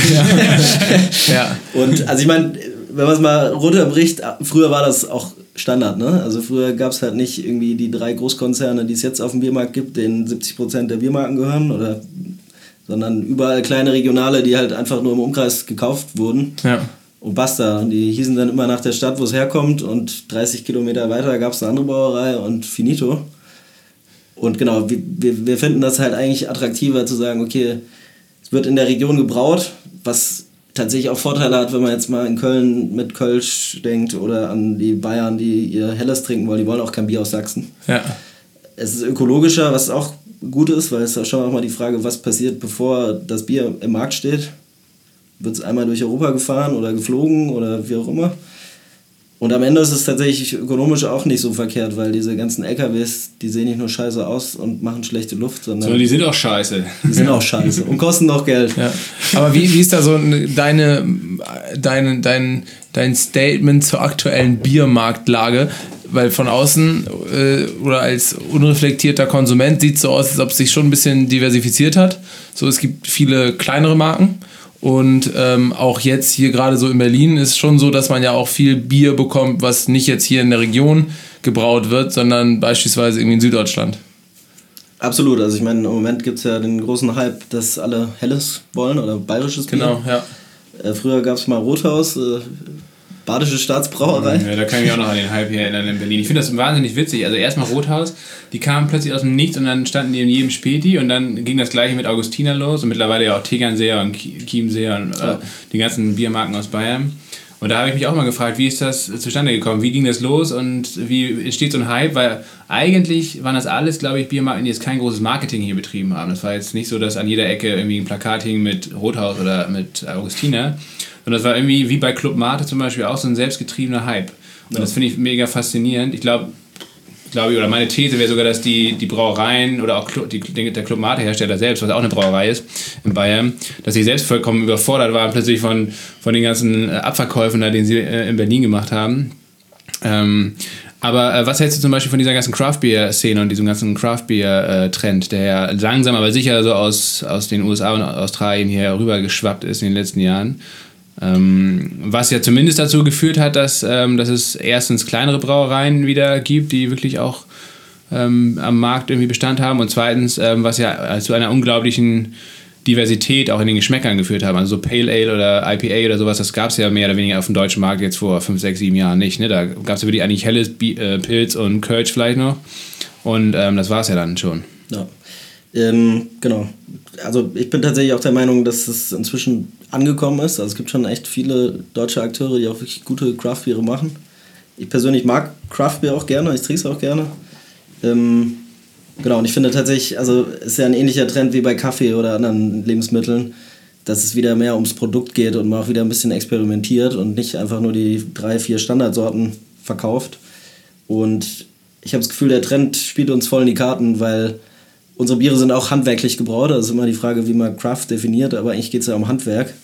Ja. Und also ich meine, wenn man es mal runterbricht, früher war das auch Standard, ne? Also früher gab es halt nicht irgendwie die 3 Großkonzerne, die es jetzt auf dem Biermarkt gibt, denen 70% der Biermarken gehören, sondern überall kleine Regionale, die halt einfach nur im Umkreis gekauft wurden. Ja. Und basta. Und die hießen dann immer nach der Stadt, wo es herkommt, und 30 Kilometer weiter gab es eine andere Brauerei und finito. Und genau, wir finden das halt eigentlich attraktiver zu sagen, okay, es wird in der Region gebraut, was tatsächlich auch Vorteile hat, wenn man jetzt mal in Köln mit Kölsch denkt oder an die Bayern, die ihr Helles trinken wollen, die wollen auch kein Bier aus Sachsen. Ja. Es ist ökologischer, was auch gut ist, weil es ist schon auch mal die Frage, was passiert, bevor das Bier im Markt steht. Wird es einmal durch Europa gefahren oder geflogen oder wie auch immer. Und am Ende ist es tatsächlich ökonomisch auch nicht so verkehrt, weil diese ganzen LKWs, die sehen nicht nur scheiße aus und machen schlechte Luft, sondern die sind auch scheiße. Die sind auch scheiße und kosten auch Geld. Ja. Aber wie ist da so dein Statement zur aktuellen Biermarktlage? Weil von außen oder als unreflektierter Konsument sieht es so aus, als ob es sich schon ein bisschen diversifiziert hat. So, es gibt viele kleinere Marken. Und auch jetzt hier gerade so in Berlin ist schon so, dass man ja auch viel Bier bekommt, was nicht jetzt hier in der Region gebraut wird, sondern beispielsweise irgendwie in Süddeutschland. Absolut, also ich meine, im Moment gibt es ja den großen Hype, dass alle Helles wollen oder bayerisches Bier. Genau, ja. Früher gab es mal Rothaus, Badische Staatsbrauerei. Ja, da kann ich mich auch noch an den Hype hier erinnern in Berlin. Ich finde das wahnsinnig witzig. Also erstmal Rothaus, die kamen plötzlich aus dem Nichts und dann standen die in jedem Späti und dann ging das gleiche mit Augustiner los und mittlerweile ja auch Tegernseer und Chiemseer und die ganzen Biermarken aus Bayern. Und da habe ich mich auch mal gefragt, wie ist das zustande gekommen? Wie ging das los und wie entsteht so ein Hype? Weil eigentlich waren das alles, glaube ich, Biermarken, die jetzt kein großes Marketing hier betrieben haben. Das war jetzt nicht so, dass an jeder Ecke irgendwie ein Plakat hing mit Rothaus oder mit Augustiner. Und das war irgendwie, wie bei Club Mate zum Beispiel, auch so ein selbstgetriebener Hype. Und das finde ich mega faszinierend. Ich glaube, glaube ich, oder meine These wäre sogar, dass die Brauereien oder auch der Club Mate-Hersteller selbst, was auch eine Brauerei ist in Bayern, dass sie selbst vollkommen überfordert waren plötzlich von den ganzen Abverkäufen, den sie in Berlin gemacht haben. Aber was hältst du zum Beispiel von dieser ganzen Craft-Beer-Szene und diesem ganzen Craft-Beer-Trend, der ja langsam, aber sicher so aus den USA und Australien hier rüber geschwappt ist in den letzten Jahren? Was ja zumindest dazu geführt hat, dass es erstens kleinere Brauereien wieder gibt, die wirklich auch am Markt irgendwie Bestand haben, und zweitens, was ja zu einer unglaublichen Diversität auch in den Geschmäckern geführt haben. Also so Pale Ale oder IPA oder sowas, das gab es ja mehr oder weniger auf dem deutschen Markt jetzt vor 5, 6, 7 Jahren nicht. Ne? Da gab es ja wirklich eigentlich helles Pilz und Kölsch vielleicht noch, und das war es ja dann schon. Ja. Genau. Also ich bin tatsächlich auch der Meinung, dass es inzwischen angekommen ist. Also es gibt schon echt viele deutsche Akteure, die auch wirklich gute Craft-Biere machen. Ich persönlich mag Craft-Bier auch gerne, ich trinke es auch gerne. Genau, und ich finde tatsächlich, also es ist ja ein ähnlicher Trend wie bei Kaffee oder anderen Lebensmitteln, dass es wieder mehr ums Produkt geht und man auch wieder ein bisschen experimentiert und nicht einfach nur die 3, 4 Standardsorten verkauft. Und ich habe das Gefühl, der Trend spielt uns voll in die Karten, weil unsere Biere sind auch handwerklich gebraut. Das ist immer die Frage, wie man Craft definiert, aber eigentlich geht es ja um Handwerk.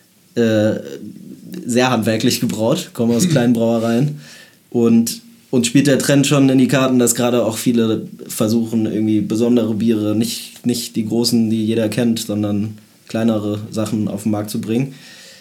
Sehr handwerklich gebraut, kommen aus kleinen Brauereien. Und uns spielt der Trend schon in die Karten, dass gerade auch viele versuchen, irgendwie besondere Biere, nicht die großen, die jeder kennt, sondern kleinere Sachen auf den Markt zu bringen.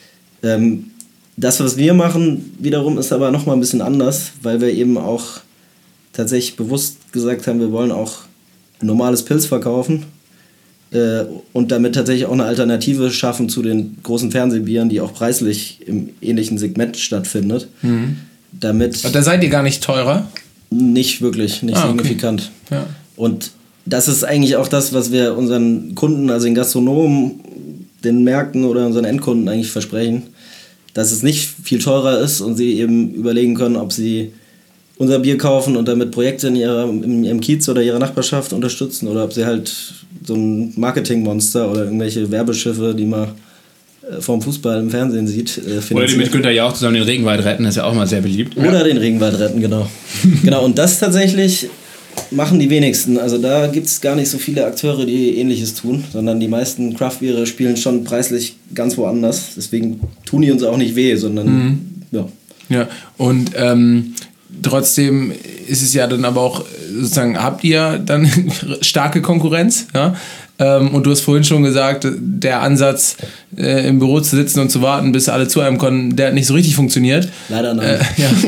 Das, was wir machen, wiederum ist aber nochmal ein bisschen anders, weil wir eben auch tatsächlich bewusst gesagt haben, wir wollen auch normales Pilz verkaufen und damit tatsächlich auch eine Alternative schaffen zu den großen Fernsehbieren, die auch preislich im ähnlichen Segment stattfindet. Mhm. Damit und da seid ihr gar nicht teurer? Nicht wirklich, nicht signifikant. Okay. Ja. Und das ist eigentlich auch das, was wir unseren Kunden, also den Gastronomen, den Märkten oder unseren Endkunden eigentlich versprechen, dass es nicht viel teurer ist und sie eben überlegen können, ob sie unser Bier kaufen und damit Projekte in ihrem Kiez oder ihrer Nachbarschaft unterstützen oder ob sie halt so ein Marketingmonster oder irgendwelche Werbeschiffe, die man vom Fußball im Fernsehen sieht, finanzieren. Oder die mit Günther Jauch zusammen den Regenwald retten, das ist ja auch mal sehr beliebt. Oder den Regenwald retten, genau. Genau, und das tatsächlich machen die wenigsten. Also da gibt es gar nicht so viele Akteure, die Ähnliches tun, sondern die meisten Craft-Biere spielen schon preislich ganz woanders. Deswegen tun die uns auch nicht weh, sondern ja. Ja, und trotzdem ist es ja dann aber auch sozusagen, habt ihr dann starke Konkurrenz, ja? Und du hast vorhin schon gesagt, der Ansatz, im Büro zu sitzen und zu warten, bis alle zu einem kommen, der hat nicht so richtig funktioniert. Leider nein.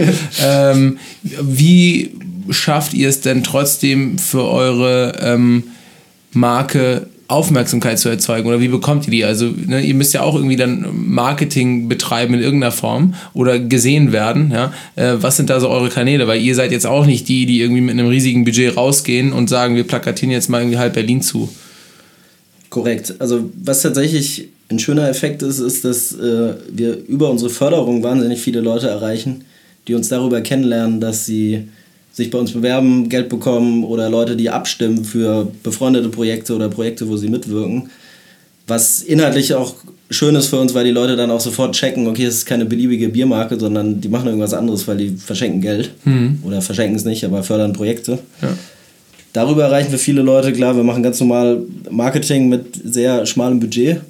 Wie schafft ihr es denn trotzdem für eure Marke Aufmerksamkeit zu erzeugen, oder wie bekommt ihr die? Also ne, ihr müsst ja auch irgendwie dann Marketing betreiben in irgendeiner Form oder gesehen werden. Ja? Was sind da so eure Kanäle? Weil ihr seid jetzt auch nicht die irgendwie mit einem riesigen Budget rausgehen und sagen, wir plakatieren jetzt mal irgendwie halb Berlin zu. Korrekt. Also was tatsächlich ein schöner Effekt ist, dass wir über unsere Förderung wahnsinnig viele Leute erreichen, die uns darüber kennenlernen, dass sie sich bei uns bewerben, Geld bekommen oder Leute, die abstimmen für befreundete Projekte oder Projekte, wo sie mitwirken. Was inhaltlich auch schön ist für uns, weil die Leute dann auch sofort checken, okay, es ist keine beliebige Biermarke, sondern die machen irgendwas anderes, weil die verschenken Geld. Oder verschenken es nicht, aber fördern Projekte. Ja. Darüber erreichen wir viele Leute, klar, wir machen ganz normal Marketing mit sehr schmalem Budget.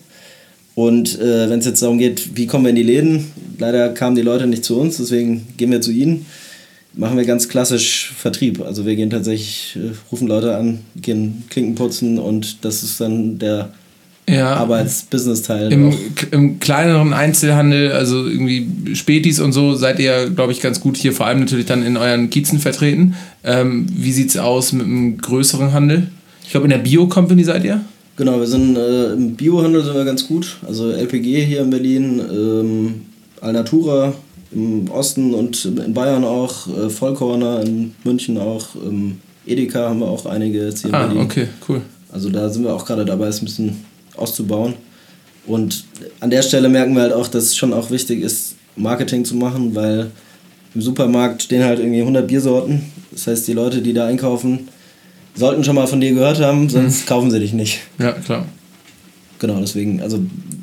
Und wenn es jetzt darum geht, wie kommen wir in die Läden, leider kamen die Leute nicht zu uns, deswegen gehen wir zu ihnen. Machen wir ganz klassisch Vertrieb. Also wir gehen tatsächlich, rufen Leute an, gehen Klinken putzen und das ist dann der Arbeits-Business-Teil. Im kleineren Einzelhandel, also irgendwie Spätis und so, seid ihr, glaube ich, ganz gut hier, vor allem natürlich dann in euren Kiezen vertreten. Wie sieht es aus mit einem größeren Handel? Ich glaube, in der Bio-Company seid ihr? Genau, wir sind im Biohandel sind wir ganz gut. Also LPG hier in Berlin, Alnatura im Osten und in Bayern auch, Vollkorner in München auch, Edeka haben wir auch einige jetzt hier in Berlin. Okay, cool. Also da sind wir auch gerade dabei, es ein bisschen auszubauen. Und an der Stelle merken wir halt auch, dass es schon auch wichtig ist, Marketing zu machen, weil im Supermarkt stehen halt irgendwie 100 Biersorten. Das heißt, die Leute, die da einkaufen, sollten schon mal von dir gehört haben, sonst kaufen sie dich nicht. Ja, klar. Genau, deswegen, also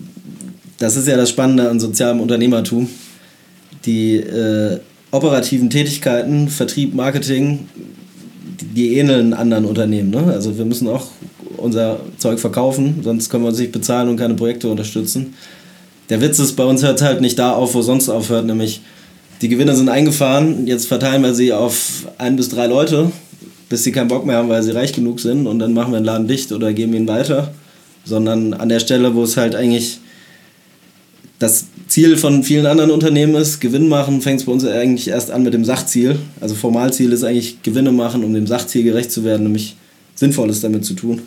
das ist ja das Spannende an sozialem Unternehmertum. Die operativen Tätigkeiten, Vertrieb, Marketing, die ähneln anderen Unternehmen. Ne? Also wir müssen auch unser Zeug verkaufen, sonst können wir uns nicht bezahlen und keine Projekte unterstützen. Der Witz ist, bei uns hört es halt nicht da auf, wo sonst aufhört, nämlich die Gewinne sind eingefahren, jetzt verteilen wir sie auf 1 bis 3 Leute, bis sie keinen Bock mehr haben, weil sie reich genug sind und dann machen wir den Laden dicht oder geben ihn weiter, sondern an der Stelle, wo es halt eigentlich das Ziel von vielen anderen Unternehmen ist, Gewinn machen, fängt es bei uns eigentlich erst an mit dem Sachziel. Also Formalziel ist eigentlich Gewinne machen, um dem Sachziel gerecht zu werden, nämlich Sinnvolles damit zu tun.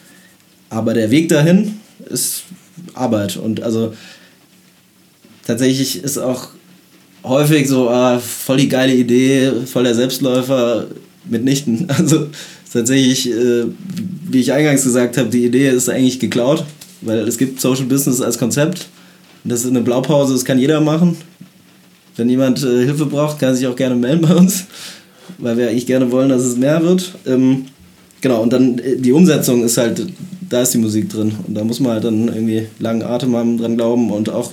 Aber der Weg dahin ist Arbeit und also tatsächlich ist auch häufig so, voll die geile Idee, voll der Selbstläufer, mitnichten. Also tatsächlich, wie ich eingangs gesagt habe, die Idee ist eigentlich geklaut, weil es gibt Social Business als Konzept. Das ist eine Blaupause, das kann jeder machen. Wenn jemand Hilfe braucht, kann sich auch gerne melden bei uns, weil wir eigentlich gerne wollen, dass es mehr wird. Genau, und dann die Umsetzung ist halt, da ist die Musik drin. Und da muss man halt dann irgendwie langen Atem haben, dran glauben und auch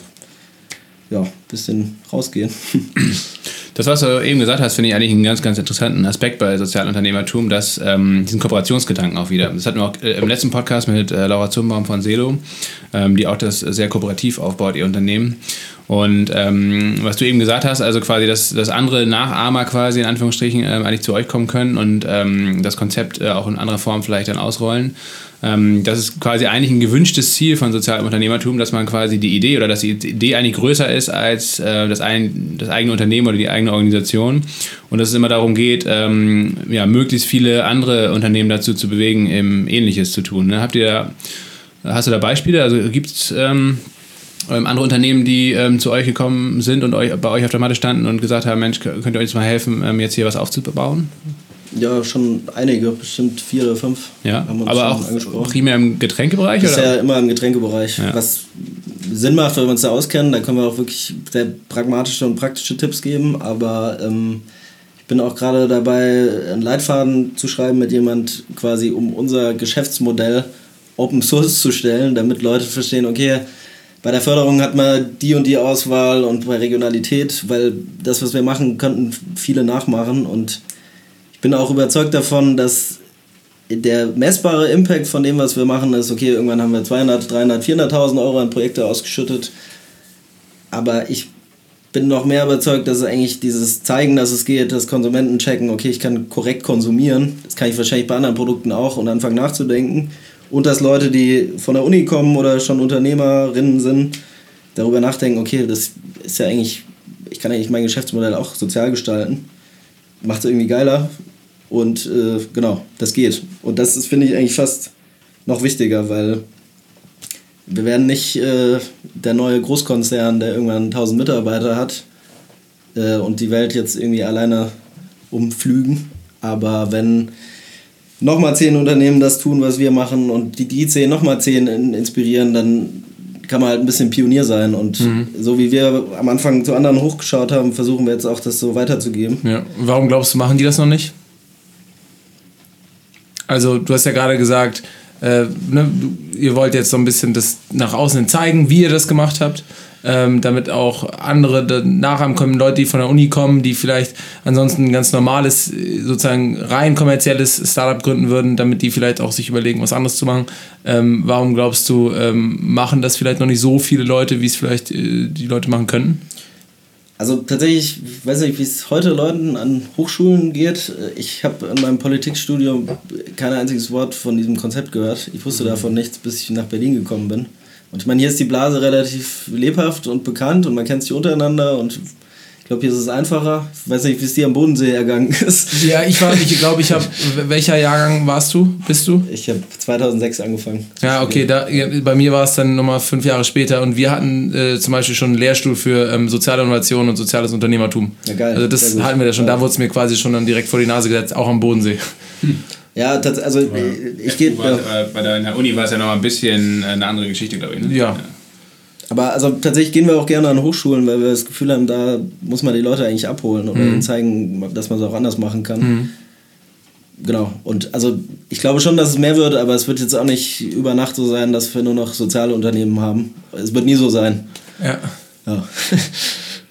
ein bisschen rausgehen. Das, was du eben gesagt hast, finde ich eigentlich einen ganz, ganz interessanten Aspekt bei Sozialunternehmertum, dass diesen Kooperationsgedanken auch wieder. Das hatten wir auch im letzten Podcast mit Laura Zumbaum von Selo, die auch das sehr kooperativ aufbaut, ihr Unternehmen. Und was du eben gesagt hast, also quasi, dass andere Nachahmer quasi in Anführungsstrichen eigentlich zu euch kommen können und das Konzept auch in anderer Form vielleicht dann ausrollen. Das ist quasi eigentlich ein gewünschtes Ziel von sozialem Unternehmertum, dass man quasi die Idee oder dass die Idee eigentlich größer ist als das eigene Unternehmen oder die eigene Organisation und dass es immer darum geht, möglichst viele andere Unternehmen dazu zu bewegen, Ähnliches zu tun. Ne? Hast du da Beispiele? Also gibt es andere Unternehmen, die zu euch gekommen sind und bei euch auf der Matte standen und gesagt haben, Mensch, könnt ihr uns mal helfen, jetzt hier was aufzubauen? Ja, schon einige, bestimmt 4 oder 5. Ja, haben uns aber auch primär im Getränkebereich? Bisher oder? Immer im Getränkebereich. Ja. Was Sinn macht, wenn wir uns da auskennen, da können wir auch wirklich sehr pragmatische und praktische Tipps geben, aber ich bin auch gerade dabei, einen Leitfaden zu schreiben mit jemand quasi, um unser Geschäftsmodell Open Source zu stellen, damit Leute verstehen, okay, bei der Förderung hat man die und die Auswahl und bei Regionalität, weil das, was wir machen, könnten viele nachmachen und ich bin auch überzeugt davon, dass der messbare Impact von dem, was wir machen, ist, okay, irgendwann haben wir 200, 300, 400.000 Euro an Projekte ausgeschüttet, aber ich bin noch mehr überzeugt, dass eigentlich dieses Zeigen, dass es geht, dass Konsumenten checken, okay, ich kann korrekt konsumieren, das kann ich wahrscheinlich bei anderen Produkten auch und anfangen nachzudenken und dass Leute, die von der Uni kommen oder schon Unternehmerinnen sind, darüber nachdenken, okay, das ist ja eigentlich, ich kann eigentlich mein Geschäftsmodell auch sozial gestalten, macht es irgendwie geiler. Und genau, das geht. Und das ist, finde ich, eigentlich fast noch wichtiger, weil wir werden nicht der neue Großkonzern, der irgendwann 1000 Mitarbeiter hat und die Welt jetzt irgendwie alleine umflügen. Aber wenn nochmal 10 Unternehmen das tun, was wir machen und die 10 nochmal 10 inspirieren, dann kann man halt ein bisschen Pionier sein. Und so wie wir am Anfang zu anderen hochgeschaut haben, versuchen wir jetzt auch das so weiterzugeben. Ja. Warum glaubst du, machen die das noch nicht? Also du hast ja gerade gesagt, ihr wollt jetzt so ein bisschen das nach außen zeigen, wie ihr das gemacht habt, damit auch andere nachher kommen, Leute, die von der Uni kommen, die vielleicht ansonsten ein ganz normales, sozusagen rein kommerzielles Startup gründen würden, damit die vielleicht auch sich überlegen, was anderes zu machen. Warum glaubst du, machen das vielleicht noch nicht so viele Leute, wie es vielleicht die Leute machen könnten? Also tatsächlich, ich weiß nicht, wie es heute Leuten an Hochschulen geht. Ich habe in meinem Politikstudium kein einziges Wort von diesem Konzept gehört. Ich wusste davon nichts, bis ich nach Berlin gekommen bin. Und ich meine, hier ist die Blase relativ lebhaft und bekannt und man kennt sich untereinander und ich glaube, hier ist es einfacher. Ich weiß nicht, wie es dir am Bodensee ergangen ist. Ja, welcher Jahrgang bist du? Ich habe 2006 angefangen. Ja, okay, bei mir war es dann nochmal 5 Jahre später und wir hatten zum Beispiel schon einen Lehrstuhl für soziale Innovation und soziales Unternehmertum. Ja, geil. Also das hatten wir ja schon, da wurde es mir quasi schon dann direkt vor die Nase gesetzt, auch am Bodensee. Ja, also ich gehe... Bei der Uni war es ja noch ein bisschen eine andere Geschichte, glaube ich. Ne? Ja. Aber also tatsächlich gehen wir auch gerne an Hochschulen, weil wir das Gefühl haben, da muss man die Leute eigentlich abholen oder ihnen zeigen, dass man es auch anders machen kann. Genau. Und also ich glaube schon, dass es mehr wird, aber es wird jetzt auch nicht über Nacht so sein, dass wir nur noch soziale Unternehmen haben. Es wird nie so sein. Ja.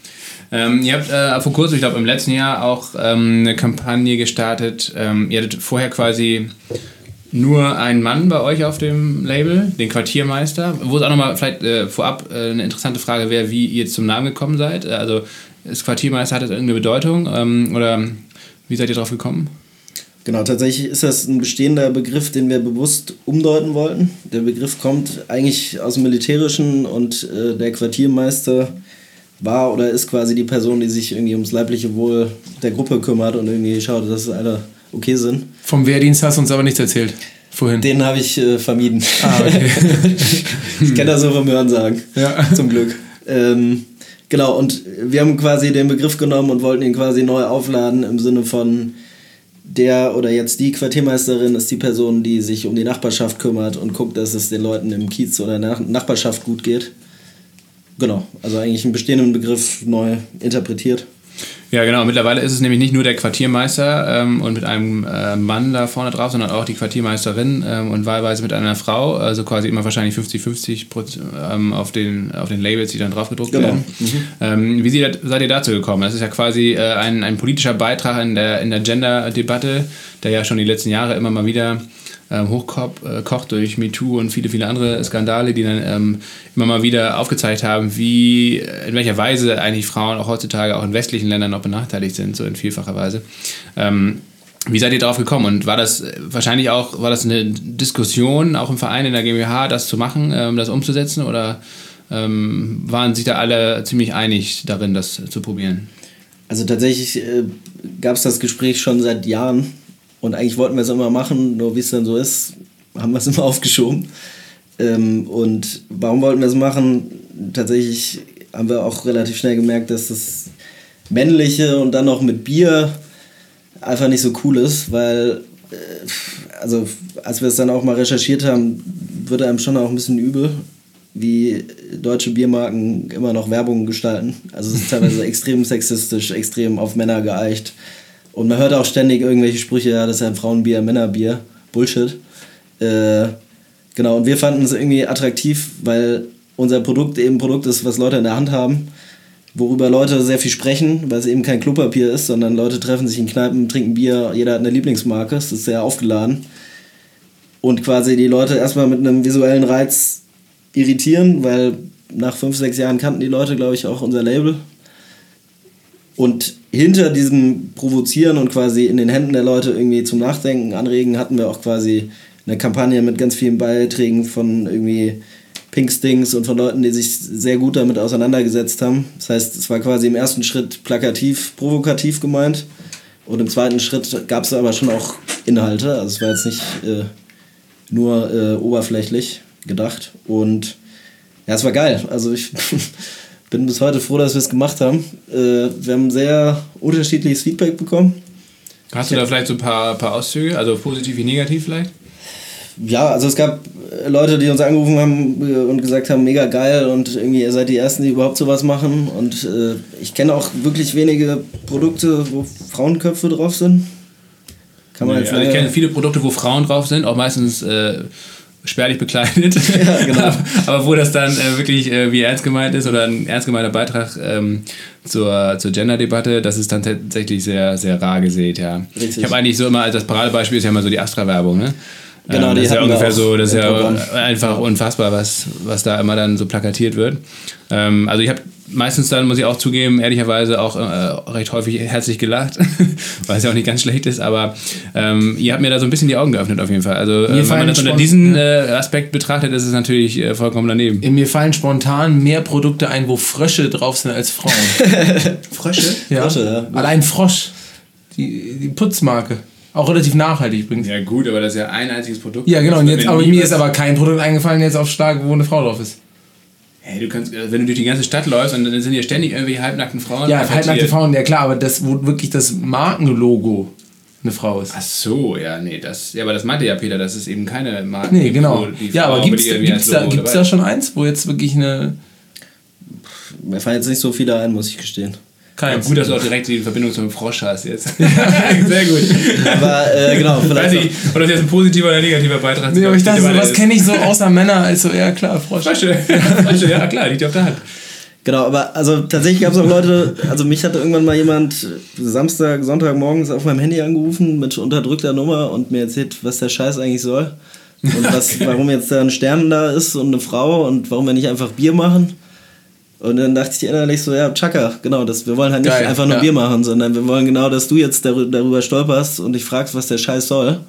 Ihr habt vor kurzem, ich glaube im letzten Jahr auch eine Kampagne gestartet. Ihr hattet vorher quasi nur einen Mann bei euch auf dem Label, den Quartiermeister. Wo es auch nochmal vielleicht vorab eine interessante Frage wäre, wie ihr zum Namen gekommen seid. Also ist Quartiermeister, hat das irgendeine Bedeutung oder wie seid ihr drauf gekommen? Genau, tatsächlich ist das ein bestehender Begriff, den wir bewusst umdeuten wollten. Der Begriff kommt eigentlich aus dem Militärischen und der Quartiermeister war oder ist quasi die Person, die sich irgendwie ums leibliche Wohl der Gruppe kümmert und irgendwie schaut, dass alle okay sind. Vom Wehrdienst hast du uns aber nichts erzählt vorhin. Den habe ich vermieden. Okay. Ich kenne das so vom Hörensagen, zum Glück. Genau, und wir haben quasi den Begriff genommen und wollten ihn quasi neu aufladen im Sinne von der oder jetzt die Quartiermeisterin ist die Person, die sich um die Nachbarschaft kümmert und guckt, dass es den Leuten im Kiez oder Nachbarschaft gut geht. Genau, also eigentlich einen bestehenden Begriff neu interpretiert. Ja, genau. Mittlerweile ist es nämlich nicht nur der Quartiermeister und mit einem Mann da vorne drauf, sondern auch die Quartiermeisterin und wahlweise mit einer Frau. Also quasi immer wahrscheinlich 50-50 auf den Labels, die dann drauf gedruckt werden. Wie seid ihr dazu gekommen? Das ist ja quasi ein politischer Beitrag in der Gender-Debatte, der ja schon die letzten Jahre immer mal wieder hochkocht durch MeToo und viele, viele andere Skandale, die dann immer mal wieder aufgezeigt haben, in welcher Weise eigentlich Frauen auch heutzutage auch in westlichen Ländern noch benachteiligt sind, so in vielfacher Weise. Wie seid ihr darauf gekommen? Und war das eine Diskussion, auch im Verein, in der GmbH, das zu machen, das umzusetzen? Oder waren sich da alle ziemlich einig darin, das zu probieren? Also tatsächlich gab es das Gespräch schon seit Jahren. Und eigentlich wollten wir es immer machen, nur wie es dann so ist, haben wir es immer aufgeschoben. Und warum wollten wir es machen? Tatsächlich haben wir auch relativ schnell gemerkt, dass das Männliche und dann noch mit Bier einfach nicht so cool ist, weil, also als wir es dann auch mal recherchiert haben, wird einem schon auch ein bisschen übel, wie deutsche Biermarken immer noch Werbung gestalten. Also es ist teilweise extrem sexistisch, extrem auf Männer geeicht. Und man hört auch ständig irgendwelche Sprüche, ja, das ist ja ein Frauenbier, Männerbier. Bullshit. Genau, und wir fanden es irgendwie attraktiv, weil unser Produkt eben ein Produkt ist, was Leute in der Hand haben, worüber Leute sehr viel sprechen, weil es eben kein Klopapier ist, sondern Leute treffen sich in Kneipen, trinken Bier, jeder hat eine Lieblingsmarke, es ist sehr aufgeladen. Und quasi die Leute erstmal mit einem visuellen Reiz irritieren, weil nach 5-6 Jahren kannten die Leute, glaube ich, auch unser Label. Und hinter diesem Provozieren und quasi in den Händen der Leute irgendwie zum Nachdenken anregen, hatten wir auch quasi eine Kampagne mit ganz vielen Beiträgen von irgendwie Pinkstings und von Leuten, die sich sehr gut damit auseinandergesetzt haben. Das heißt, es war quasi im ersten Schritt plakativ, provokativ gemeint und im zweiten Schritt gab es aber schon auch Inhalte. Also es war jetzt nicht nur oberflächlich gedacht und ja, es war geil. Also ich bin bis heute froh, dass wir es gemacht haben. Wir haben sehr unterschiedliches Feedback bekommen. Hast du da vielleicht so ein paar Auszüge, also positiv wie negativ vielleicht? Ja, also es gab Leute, die uns angerufen haben und gesagt haben, mega geil und irgendwie ihr seid die Ersten, die überhaupt sowas machen. Und ich kenne auch wirklich wenige Produkte, wo Frauenköpfe drauf sind. Kann man jetzt ich kenne viele Produkte, wo Frauen drauf sind, auch meistens spärlich bekleidet, ja, genau. aber wo das dann wirklich wie ernst gemeint ist oder ein ernst gemeinter Beitrag zur Gender-Debatte, das ist dann tatsächlich sehr, sehr rar gesät, ja. Richtig. Ich habe eigentlich so immer, als das Paradebeispiel ist ja immer so die Astra-Werbung, ne? Genau, das ist ja ungefähr so, das ist ja Programm. einfach unfassbar, was da immer dann so plakatiert wird. Also ich habe meistens dann, muss ich auch zugeben, ehrlicherweise auch recht häufig herzlich gelacht, weil es ja auch nicht ganz schlecht ist, aber ihr habt mir da so ein bisschen die Augen geöffnet auf jeden Fall. Also wenn man das unter diesen Aspekt betrachtet, ist es natürlich vollkommen daneben. Mir fallen spontan mehr Produkte ein, wo Frösche drauf sind als Frauen. Frösche? Ja. Frösche, ja. Allein Frosch, die Putzmarke. Auch relativ nachhaltig übrigens. Ja gut, aber das ist ja ein einziges Produkt. Ja genau, und jetzt, aber mir ist aber kein Produkt eingefallen jetzt auf Schlag, wo eine Frau drauf ist. Hey, du kannst, wenn du durch die ganze Stadt läufst und dann sind hier ständig irgendwelche halbnackten Frauen. Ja, halbnackte Frauen, ja klar, aber das, wo wirklich das Markenlogo eine Frau ist. Ach so, ja, nee, aber das meinte ja Peter, dass es eben keine Marken gibt. Nee, genau. Ja, aber gibt's gibt's da schon eins, wo jetzt wirklich eine... Mir fallen jetzt nicht so viele ein, muss ich gestehen. Ja, gut, dass du auch direkt die Verbindung zum Frosch hast jetzt. Sehr gut. Aber genau, vielleicht. Weiß nicht, ob das jetzt ein positiver oder negativer Beitrag ist. Nee, aber ich dachte, was kenne ich so außer Männer? Also, ja klar, Frosch. Frösche, ja klar, liegt auf der Hand. Genau, aber also tatsächlich gab es auch Leute, also mich hatte irgendwann mal jemand Samstag, Sonntag morgens auf meinem Handy angerufen mit unterdrückter Nummer und mir erzählt, was der Scheiß eigentlich soll. Und warum jetzt da ein Stern da ist und eine Frau und warum wir nicht einfach Bier machen. Und dann dachte ich innerlich so, ja, Chaka, genau, wir wollen halt nicht einfach nur Bier machen, sondern wir wollen genau, dass du jetzt darüber stolperst und dich fragst, was der Scheiß soll.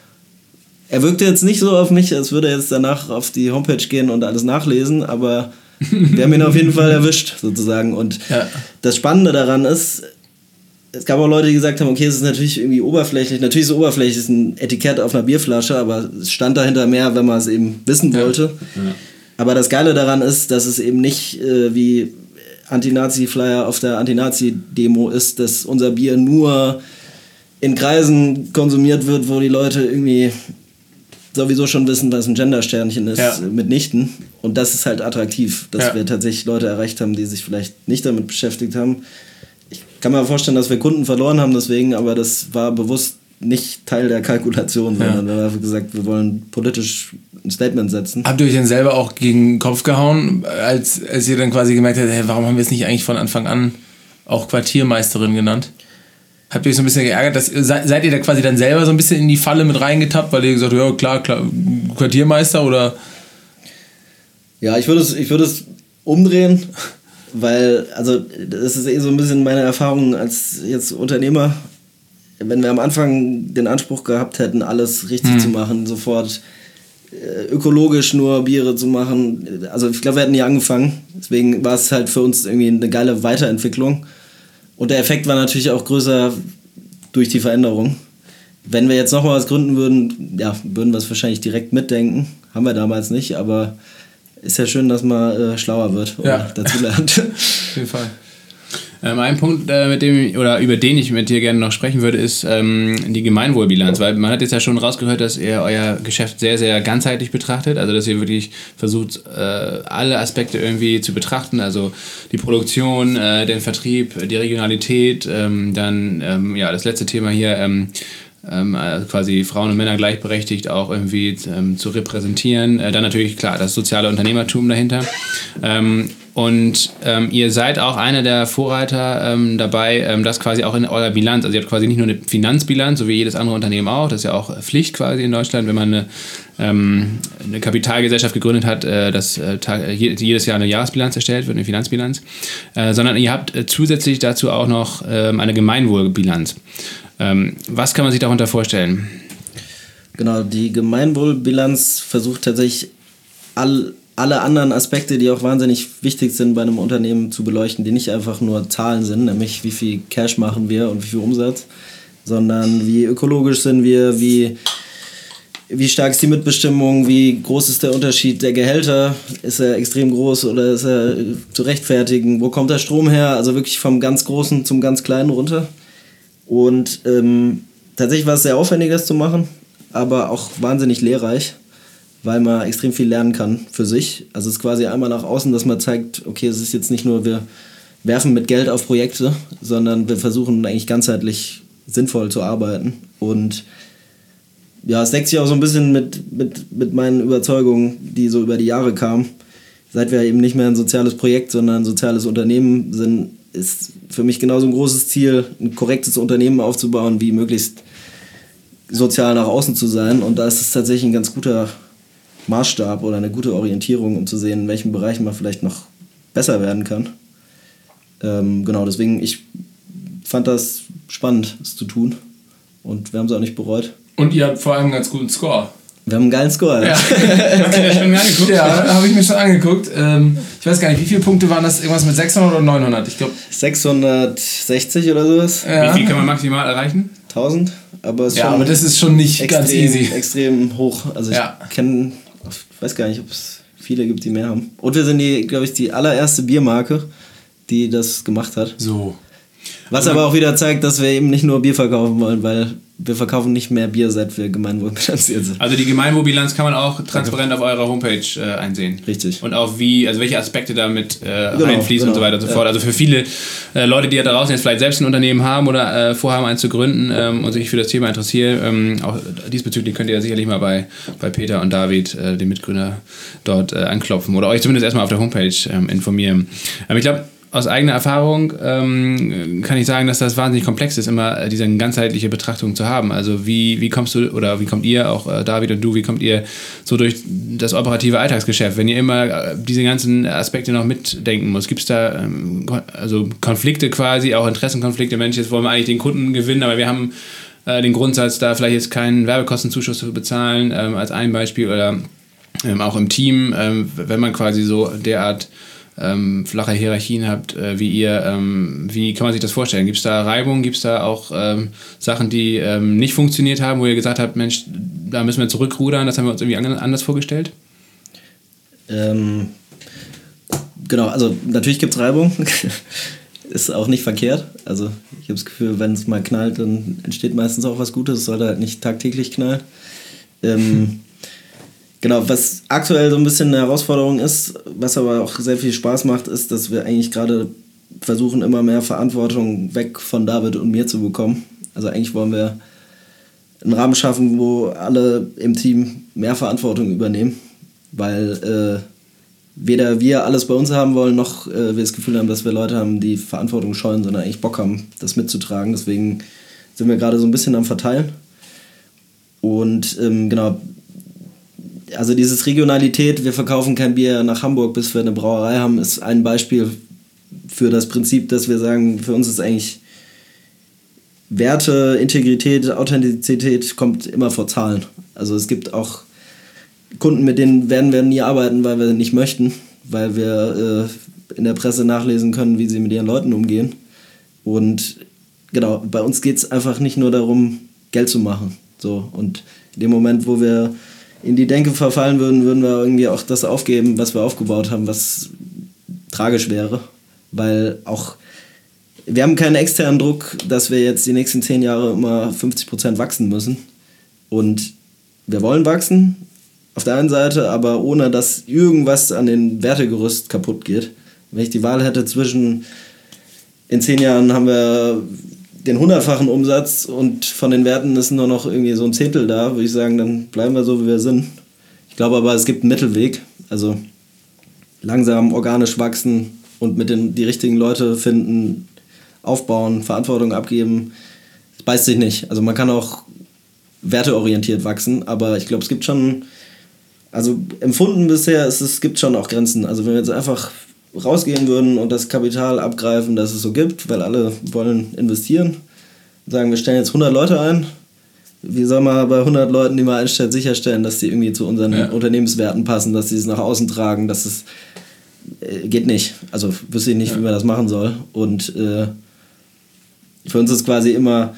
Er wirkte jetzt nicht so auf mich, als würde er jetzt danach auf die Homepage gehen und alles nachlesen, aber wir haben ihn auf jeden Fall erwischt, sozusagen. Und das Spannende daran ist, es gab auch Leute, die gesagt haben, okay, es ist natürlich irgendwie oberflächlich. Natürlich ist es oberflächlich, es ist ein Etikett auf einer Bierflasche, aber es stand dahinter mehr, wenn man es eben wissen wollte. Ja. Aber das Geile daran ist, dass es eben nicht wie Anti-Nazi-Flyer auf der Anti-Nazi-Demo ist, dass unser Bier nur in Kreisen konsumiert wird, wo die Leute irgendwie sowieso schon wissen, was ein Gendersternchen ist, mitnichten. Und das ist halt attraktiv, dass wir tatsächlich Leute erreicht haben, die sich vielleicht nicht damit beschäftigt haben. Ich kann mir vorstellen, dass wir Kunden verloren haben deswegen, aber das war bewusst nicht Teil der Kalkulation, sondern wir haben gesagt, wir wollen politisch ein Statement setzen. Habt ihr euch denn selber auch gegen den Kopf gehauen, als ihr dann quasi gemerkt habt, hey, warum haben wir es nicht eigentlich von Anfang an auch Quartiermeisterin genannt? Habt ihr euch so ein bisschen geärgert? Seid ihr da quasi dann selber so ein bisschen in die Falle mit reingetappt, weil ihr gesagt habt, ja klar, Quartiermeister oder? Ja, ich würde es umdrehen, weil, also das ist so ein bisschen meine Erfahrung als jetzt Unternehmer. Wenn wir am Anfang den Anspruch gehabt hätten, alles richtig zu machen, sofort ökologisch nur Biere zu machen, also ich glaube, wir hätten nie angefangen. Deswegen war es halt für uns irgendwie eine geile Weiterentwicklung. Und der Effekt war natürlich auch größer durch die Veränderung. Wenn wir jetzt nochmal was gründen würden, würden wir es wahrscheinlich direkt mitdenken. Haben wir damals nicht, aber ist ja schön, dass man schlauer wird oder dazulernt. Auf jeden Fall. Ein Punkt, über den ich mit dir gerne noch sprechen würde, ist die Gemeinwohlbilanz, weil man hat jetzt ja schon rausgehört, dass ihr euer Geschäft sehr, sehr ganzheitlich betrachtet, also dass ihr wirklich versucht, alle Aspekte irgendwie zu betrachten, also die Produktion, den Vertrieb, die Regionalität, dann das letzte Thema hier, quasi Frauen und Männer gleichberechtigt auch irgendwie zu repräsentieren. Dann natürlich, klar, das soziale Unternehmertum dahinter. Und ihr seid auch einer der Vorreiter dabei, das quasi auch in eurer Bilanz, also ihr habt quasi nicht nur eine Finanzbilanz, so wie jedes andere Unternehmen auch, das ist ja auch Pflicht quasi in Deutschland, wenn man eine Kapitalgesellschaft gegründet hat, dass jedes Jahr eine Jahresbilanz erstellt wird, eine Finanzbilanz, sondern ihr habt zusätzlich dazu auch noch eine Gemeinwohlbilanz. Was kann man sich darunter vorstellen? Genau, die Gemeinwohlbilanz versucht tatsächlich alle anderen Aspekte, die auch wahnsinnig wichtig sind bei einem Unternehmen zu beleuchten, die nicht einfach nur Zahlen sind, nämlich wie viel Cash machen wir und wie viel Umsatz, sondern wie ökologisch sind wir, wie stark ist die Mitbestimmung, wie groß ist der Unterschied der Gehälter, ist er extrem groß oder ist er zu rechtfertigen, wo kommt der Strom her, also wirklich vom ganz Großen zum ganz Kleinen runter. Und tatsächlich war es sehr aufwendig, das zu machen, aber auch wahnsinnig lehrreich, weil man extrem viel lernen kann für sich. Also es ist quasi einmal nach außen, dass man zeigt, okay, es ist jetzt nicht nur, wir werfen mit Geld auf Projekte, sondern wir versuchen eigentlich ganzheitlich sinnvoll zu arbeiten. Und ja, es deckt sich auch so ein bisschen mit meinen Überzeugungen, die so über die Jahre kamen. Seit wir eben nicht mehr ein soziales Projekt, sondern ein soziales Unternehmen sind, ist für mich genauso ein großes Ziel, ein korrektes Unternehmen aufzubauen, wie möglichst sozial nach außen zu sein. Und da ist es tatsächlich ein ganz guter Maßstab oder eine gute Orientierung, um zu sehen, in welchen Bereichen man vielleicht noch besser werden kann. Genau, deswegen, ich fand das spannend, es zu tun. Und wir haben es auch nicht bereut. Und ihr habt vor allem einen ganz guten Score. Wir haben einen geilen Score. Ja, hast du dir schon angeguckt? Ja, habe ich mir schon angeguckt. Ich weiß gar nicht, wie viele Punkte waren das? Irgendwas mit 600 oder 900? Ich glaube 660 oder sowas. Ja. Wie viel kann man maximal erreichen? 1000. Aber das ist schon nicht ganz easy. Extrem hoch. Also ich weiß gar nicht, ob es viele gibt, die mehr haben. Und wir sind die allererste Biermarke, die das gemacht hat. So. Was aber auch wieder zeigt, dass wir eben nicht nur Bier verkaufen wollen, weil wir verkaufen nicht mehr Bier, seit wir gemeinwohlbilanziert sind. Also die Gemeinwohlbilanz kann man auch transparent auf eurer Homepage einsehen. Richtig. Und auch welche Aspekte damit einfließen und so weiter und so fort. Also für viele Leute, die da draußen jetzt vielleicht selbst ein Unternehmen haben oder vorhaben, eins zu gründen und sich für das Thema interessieren, auch diesbezüglich könnt ihr sicherlich mal bei Peter und David, den Mitgründer, dort anklopfen oder euch zumindest erstmal auf der Homepage informieren. Ich glaube, aus eigener Erfahrung kann ich sagen, dass das wahnsinnig komplex ist, immer diese ganzheitliche Betrachtung zu haben. Also wie kommst du oder wie kommt ihr, auch David und du, wie kommt ihr so durch das operative Alltagsgeschäft, wenn ihr immer diese ganzen Aspekte noch mitdenken müsst? Gibt es da also Konflikte quasi, auch Interessenkonflikte? Mensch, jetzt wollen wir eigentlich den Kunden gewinnen, aber wir haben den Grundsatz, da vielleicht jetzt keinen Werbekostenzuschuss zu bezahlen, als ein Beispiel, oder auch im Team, wenn man quasi so derart flache Hierarchien habt, wie ihr, wie kann man sich das vorstellen? Gibt es da Reibung? Gibt es da auch Sachen, die nicht funktioniert haben, wo ihr gesagt habt, Mensch, da müssen wir zurückrudern, das haben wir uns irgendwie anders vorgestellt? Genau, also natürlich gibt es Reibung. Ist auch nicht verkehrt. Also ich habe das Gefühl, wenn es mal knallt, dann entsteht meistens auch was Gutes. Es sollte halt nicht tagtäglich knallen. Genau, was aktuell so ein bisschen eine Herausforderung ist, was aber auch sehr viel Spaß macht, ist, dass wir eigentlich gerade versuchen, immer mehr Verantwortung weg von David und mir zu bekommen. Also eigentlich wollen wir einen Rahmen schaffen, wo alle im Team mehr Verantwortung übernehmen, weil weder wir alles bei uns haben wollen, noch wir das Gefühl haben, dass wir Leute haben, die Verantwortung scheuen, sondern eigentlich Bock haben, das mitzutragen. Deswegen sind wir gerade so ein bisschen am Verteilen. Und genau, also dieses Regionalität, wir verkaufen kein Bier nach Hamburg, bis wir eine Brauerei haben, ist ein Beispiel für das Prinzip, dass wir sagen, für uns ist eigentlich Werte, Integrität, Authentizität kommt immer vor Zahlen. Also es gibt auch Kunden, mit denen werden wir nie arbeiten, weil wir nicht möchten, weil wir in der Presse nachlesen können, wie sie mit ihren Leuten umgehen. Und genau, bei uns geht es einfach nicht nur darum, Geld zu machen. So. Und in dem Moment, wo wir in die Denke verfallen würden, würden wir irgendwie auch das aufgeben, was wir aufgebaut haben, was tragisch wäre. Weil auch, wir haben keinen externen Druck, dass wir jetzt die nächsten 10 Jahre immer 50% wachsen müssen. Und wir wollen wachsen, auf der einen Seite, aber ohne, dass irgendwas an den Wertegerüst kaputt geht. Wenn ich die Wahl hätte zwischen, in 10 Jahren haben wir den 100-fachen Umsatz und von den Werten ist nur noch irgendwie so ein Zehntel da, würde ich sagen, dann bleiben wir so, wie wir sind. Ich glaube aber, es gibt einen Mittelweg. Also langsam, organisch wachsen und die richtigen Leute finden, aufbauen, Verantwortung abgeben. Das beißt sich nicht. Also man kann auch werteorientiert wachsen, aber ich glaube, es gibt schon, also empfunden bisher, es gibt schon auch Grenzen. Also wenn wir jetzt einfach rausgehen würden und das Kapital abgreifen, das es so gibt, weil alle wollen investieren, sagen, wir stellen jetzt 100 Leute ein, wie soll man bei 100 Leuten, die man einstellt, sicherstellen, dass die irgendwie zu unseren Unternehmenswerten passen, dass sie es nach außen tragen, dass es geht nicht. Also wüsste ich nicht, wie man das machen soll. Und für uns ist quasi immer,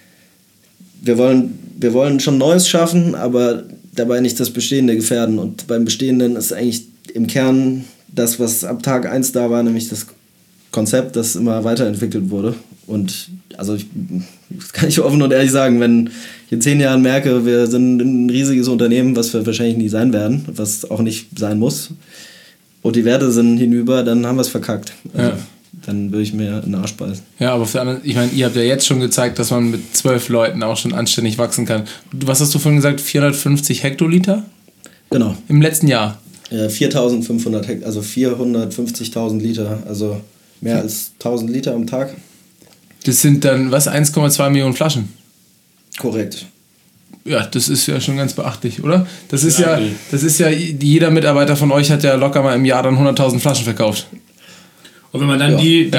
wir wollen schon Neues schaffen, aber dabei nicht das Bestehende gefährden. Und beim Bestehenden ist eigentlich im Kern das, was ab Tag 1 da war, nämlich das Konzept, das immer weiterentwickelt wurde. Und also das kann ich offen und ehrlich sagen, wenn ich in 10 Jahren merke, wir sind ein riesiges Unternehmen, was wir wahrscheinlich nie sein werden, was auch nicht sein muss, und die Werte sind hinüber, dann haben wir es verkackt. Also, dann würde ich mir in den Arsch beißen. Ja, aber auf der anderen, ich meine, ihr habt ja jetzt schon gezeigt, dass man mit 12 Leuten auch schon anständig wachsen kann. Was hast du vorhin gesagt? 450 Hektoliter? Genau. Im letzten Jahr? 4.500 Hektar, also 450.000 Liter, also mehr als 1.000 Liter am Tag. Das sind dann, was, 1,2 Millionen Flaschen? Korrekt. Ja, das ist ja schon ganz beachtlich, oder? Das ist ja, jeder Mitarbeiter von euch hat ja locker mal im Jahr dann 100.000 Flaschen verkauft. Und wenn man dann die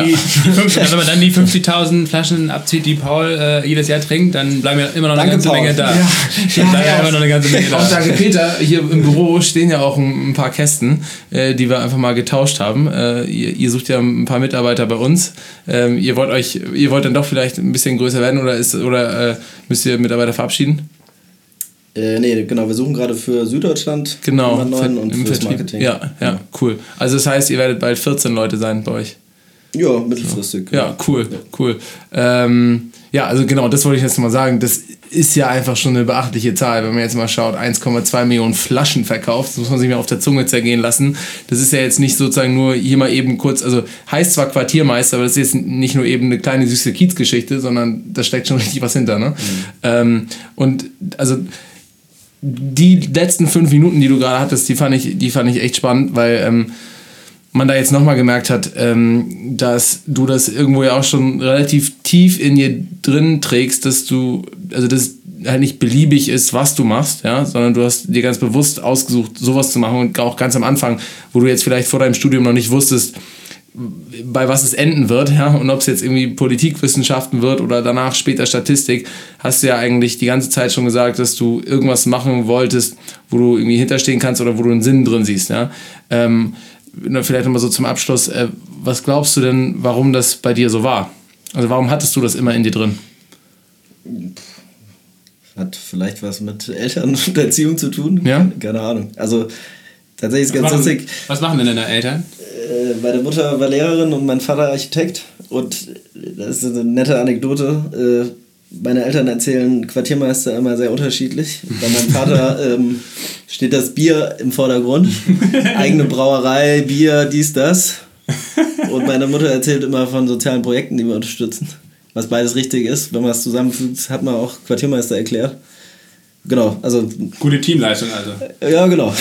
50.000 Flaschen abzieht, die Paul jedes Jahr trinkt, dann bleiben ja immer noch eine ganze Menge da. Immer noch eine ganze Menge da. Auch danke, Peter. Hier im Büro stehen ja auch ein paar Kästen, die wir einfach mal getauscht haben. Ihr sucht ja ein paar Mitarbeiter bei uns. Ihr wollt dann doch vielleicht ein bisschen größer werden oder müsst ihr Mitarbeiter verabschieden? Nee, genau, wir suchen gerade für Süddeutschland jemanden und fürs Marketing. Ja, cool. Also das heißt, ihr werdet bald 14 Leute sein bei euch. Ja, mittelfristig. Ja, cool. Ja, also genau, das wollte ich jetzt mal sagen. Das ist ja einfach schon eine beachtliche Zahl. Wenn man jetzt mal schaut, 1,2 Millionen Flaschen verkauft, das muss man sich mal auf der Zunge zergehen lassen. Das ist ja jetzt nicht sozusagen nur hier mal eben kurz, also heißt zwar Quartiermeister, aber das ist jetzt nicht nur eben eine kleine süße Kiezgeschichte, sondern da steckt schon richtig was hinter. Ne? Und also die letzten 5 Minuten, die du gerade hattest, die fand ich echt spannend, weil man da jetzt nochmal gemerkt hat, dass du das irgendwo ja auch schon relativ tief in dir drin trägst, dass das halt nicht beliebig ist, was du machst, ja, sondern du hast dir ganz bewusst ausgesucht, sowas zu machen und auch ganz am Anfang, wo du jetzt vielleicht vor deinem Studium noch nicht wusstest, bei was es enden wird, ja, und ob es jetzt irgendwie Politikwissenschaften wird oder danach später Statistik, hast du ja eigentlich die ganze Zeit schon gesagt, dass du irgendwas machen wolltest, wo du irgendwie hinterstehen kannst oder wo du einen Sinn drin siehst, ja. Vielleicht nochmal so zum Abschluss, was glaubst du denn, warum das bei dir so war? Also warum hattest du das immer in dir drin? Hat vielleicht was mit Eltern und Erziehung zu tun? Ja? Keine Ahnung. Also tatsächlich ist es ganz lustig. Was machen denn deine Eltern? Meine Mutter war Lehrerin und mein Vater Architekt. Und das ist eine nette Anekdote. Meine Eltern erzählen Quartiermeister immer sehr unterschiedlich. Bei meinem Vater steht das Bier im Vordergrund. Eigene Brauerei, Bier, dies, das. Und meine Mutter erzählt immer von sozialen Projekten, die wir unterstützen. Was beides richtig ist. Wenn man es zusammenfügt, hat man auch Quartiermeister erklärt. Genau, also... Gute Teamleistung also. Ja, genau.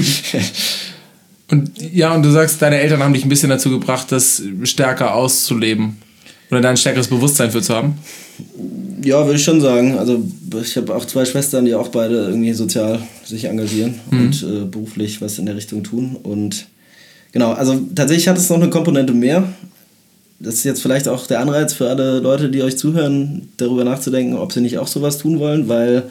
Und du sagst, deine Eltern haben dich ein bisschen dazu gebracht, das stärker auszuleben. Oder da ein stärkeres Bewusstsein für zu haben? Ja, würde ich schon sagen. Also ich habe auch 2 Schwestern, die auch beide irgendwie sozial sich engagieren und beruflich was in der Richtung tun. Und genau, also tatsächlich hat es noch eine Komponente mehr. Das ist jetzt vielleicht auch der Anreiz für alle Leute, die euch zuhören, darüber nachzudenken, ob sie nicht auch sowas tun wollen, weil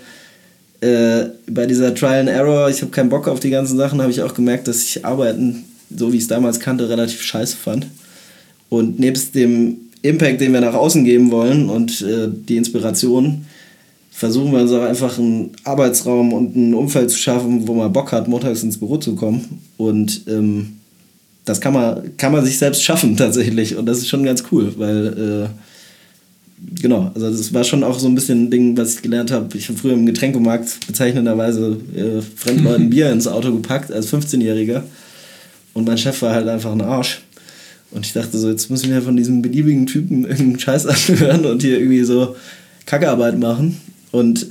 bei dieser Trial and Error, ich habe keinen Bock auf die ganzen Sachen, habe ich auch gemerkt, dass ich Arbeiten, so wie ich es damals kannte, relativ scheiße fand. Und nebst dem Impact, den wir nach außen geben wollen und die Inspiration, versuchen wir uns auch einfach einen Arbeitsraum und ein Umfeld zu schaffen, wo man Bock hat, montags ins Büro zu kommen. Und das kann man sich selbst schaffen tatsächlich. Und das ist schon ganz cool, weil genau, also das war schon auch so ein bisschen ein Ding, was ich gelernt habe. Ich habe früher im Getränkemarkt bezeichnenderweise Fremdleuten Bier ins Auto gepackt als 15-Jähriger. Und mein Chef war halt einfach ein Arsch. Und ich dachte so, jetzt muss ich mir von diesem beliebigen Typen irgendeinen Scheiß anhören und hier irgendwie so Kackarbeit machen. Und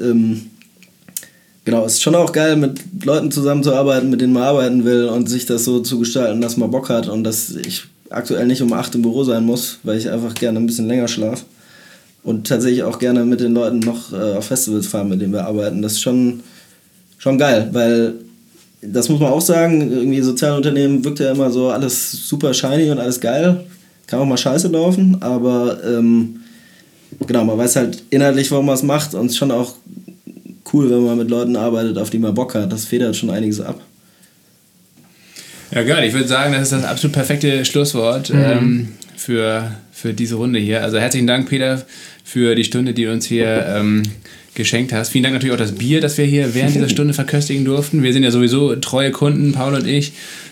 genau, es ist schon auch geil, mit Leuten zusammenzuarbeiten, mit denen man arbeiten will und sich das so zu gestalten, dass man Bock hat und dass ich aktuell nicht um 8 im Büro sein muss, weil ich einfach gerne ein bisschen länger schlafe. Und tatsächlich auch gerne mit den Leuten noch auf Festivals fahren, mit denen wir arbeiten. Das ist schon geil, weil das muss man auch sagen, irgendwie Sozialunternehmen wirkt ja immer so alles super shiny und alles geil. Kann auch mal scheiße laufen, aber genau, man weiß halt inhaltlich, warum man es macht und es ist schon auch cool, wenn man mit Leuten arbeitet, auf die man Bock hat. Das federt schon einiges ab. Ja, geil. Ich würde sagen, das ist das absolut perfekte Schlusswort für diese Runde hier. Also herzlichen Dank, Peter, für die Stunde, die du uns hier geschenkt hast. Vielen Dank natürlich auch das Bier, das wir hier während dieser Stunde verköstigen durften. Wir sind ja sowieso treue Kunden, Paul und ich.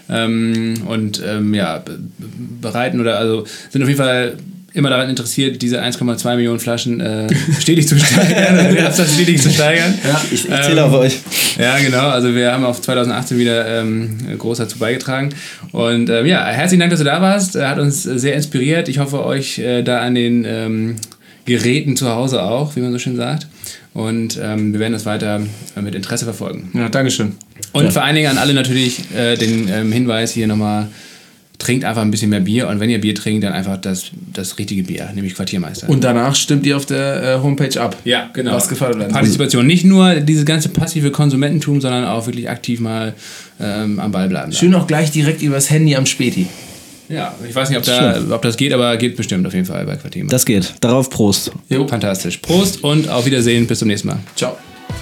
Bereiten oder also sind auf jeden Fall immer daran interessiert, diese 1,2 Millionen Flaschen stetig zu steigern. stetig zu steigern. Ja, ich zähle auf euch. Ja, genau. Also wir haben auf 2018 wieder groß dazu beigetragen. Und herzlichen Dank, dass du da warst. Hat uns sehr inspiriert. Ich hoffe, euch da an den Geräten zu Hause auch, wie man so schön sagt. Und wir werden das weiter mit Interesse verfolgen. Ja, Dankeschön. Und vor allen Dingen an alle natürlich den Hinweis hier nochmal, trinkt einfach ein bisschen mehr Bier und wenn ihr Bier trinkt, dann einfach das richtige Bier, nämlich Quartiermeister. Und danach stimmt ihr auf der Homepage ab. Ja, genau. Was gefallen wird. Partizipation. Nicht nur dieses ganze passive Konsumententum, sondern auch wirklich aktiv mal am Ball bleiben. Schön auch gleich direkt übers Handy am Späti. Ja, ich weiß nicht, ob das geht, aber geht bestimmt auf jeden Fall bei Quartiermeister. Das geht. Darauf Prost. Jo, fantastisch. Prost und auf Wiedersehen. Bis zum nächsten Mal. Ciao.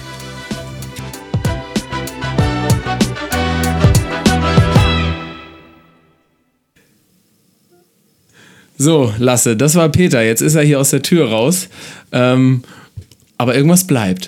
So, Lasse, das war Peter. Jetzt ist er hier aus der Tür raus. Aber irgendwas bleibt.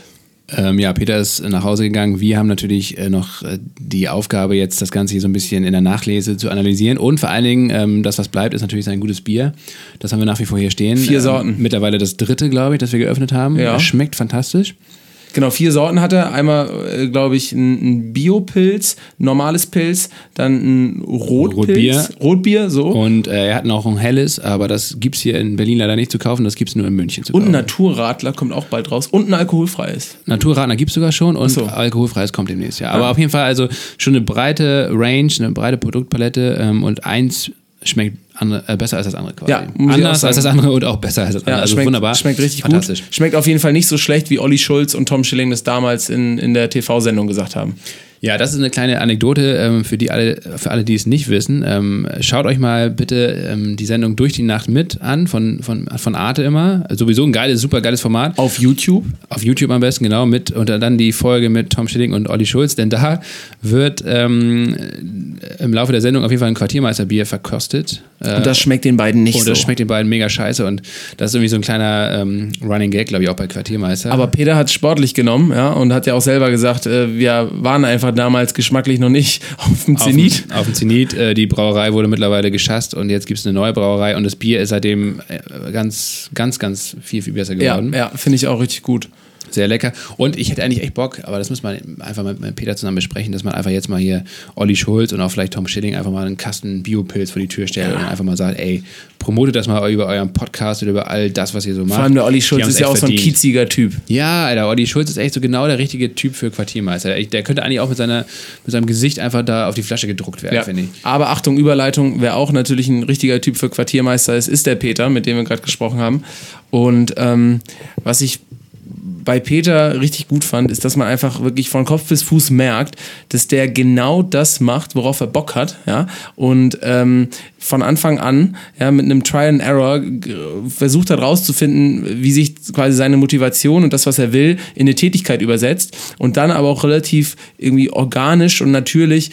Ja, Peter ist nach Hause gegangen. Wir haben natürlich noch die Aufgabe, jetzt das Ganze hier so ein bisschen in der Nachlese zu analysieren. Und vor allen Dingen, das, was bleibt, ist natürlich sein gutes Bier. Das haben wir nach wie vor hier stehen. 4 Sorten. Mittlerweile das 3., glaube ich, das wir geöffnet haben. Ja. Schmeckt fantastisch. Genau, 4 Sorten hat er. Einmal, glaube ich, ein Bio-Pilz, normales Pilz, dann ein Rotpilz. Rotbier, so. Und er hat noch ein helles, aber das gibt es hier in Berlin leider nicht zu kaufen, das gibt es nur in München zu kaufen. Und ein Naturradler kommt auch bald raus und ein alkoholfreies. Naturradler gibt es sogar schon und alkoholfreies kommt demnächst, ja. Aber auf jeden Fall also schon eine breite Range, eine breite Produktpalette und eins schmeckt besser als das andere quasi. Ja, anders als das andere und auch besser als das andere. Ja, also wunderbar. Schmeckt richtig gut. Schmeckt auf jeden Fall nicht so schlecht, wie Olli Schulz und Tom Schilling das damals in der TV-Sendung gesagt haben. Ja, das ist eine kleine Anekdote für alle, die es nicht wissen. Schaut euch mal bitte die Sendung Durch die Nacht mit an, von Arte immer. Sowieso ein super geiles Format. Auf YouTube? Auf YouTube am besten, genau. Und dann die Folge mit Tom Schilling und Olli Schulz, denn da wird im Laufe der Sendung auf jeden Fall ein Quartiermeisterbier verkostet. Und das schmeckt den beiden nicht so. Und das schmeckt den beiden mega scheiße und das ist irgendwie so ein kleiner Running Gag, glaube ich, auch bei Quartiermeister. Aber Peter hat es sportlich genommen, ja, und hat ja auch selber gesagt, wir waren einfach damals geschmacklich noch nicht auf dem Zenit. Auf dem Zenit. Die Brauerei wurde mittlerweile geschasst und jetzt gibt es eine neue Brauerei und das Bier ist seitdem ganz, ganz, ganz viel besser geworden. Ja, finde ich auch richtig gut. Sehr lecker. Und ich hätte eigentlich echt Bock, aber das muss man einfach mit Peter zusammen besprechen, dass man einfach jetzt mal hier Olli Schulz und auch vielleicht Tom Schilling einfach mal einen Kasten Biopilz vor die Tür stellt und einfach mal sagt, ey, promotet das mal über euren Podcast oder über all das, was ihr so macht. Vor allem der Olli Schulz ist ja auch so ein kieziger Typ. Ja, Alter, Olli Schulz ist echt so genau der richtige Typ für Quartiermeister. Der könnte eigentlich auch mit seinem Gesicht einfach da auf die Flasche gedruckt werden, finde ich. Aber Achtung, Überleitung, wer auch natürlich ein richtiger Typ für Quartiermeister ist der Peter, mit dem wir gerade gesprochen haben. Und was ich bei Peter richtig gut fand, ist, dass man einfach wirklich von Kopf bis Fuß merkt, dass der genau das macht, worauf er Bock hat, ja, und von Anfang an, ja, mit einem Trial and Error versucht hat rauszufinden, wie sich quasi seine Motivation und das, was er will, in eine Tätigkeit übersetzt und dann aber auch relativ irgendwie organisch und natürlich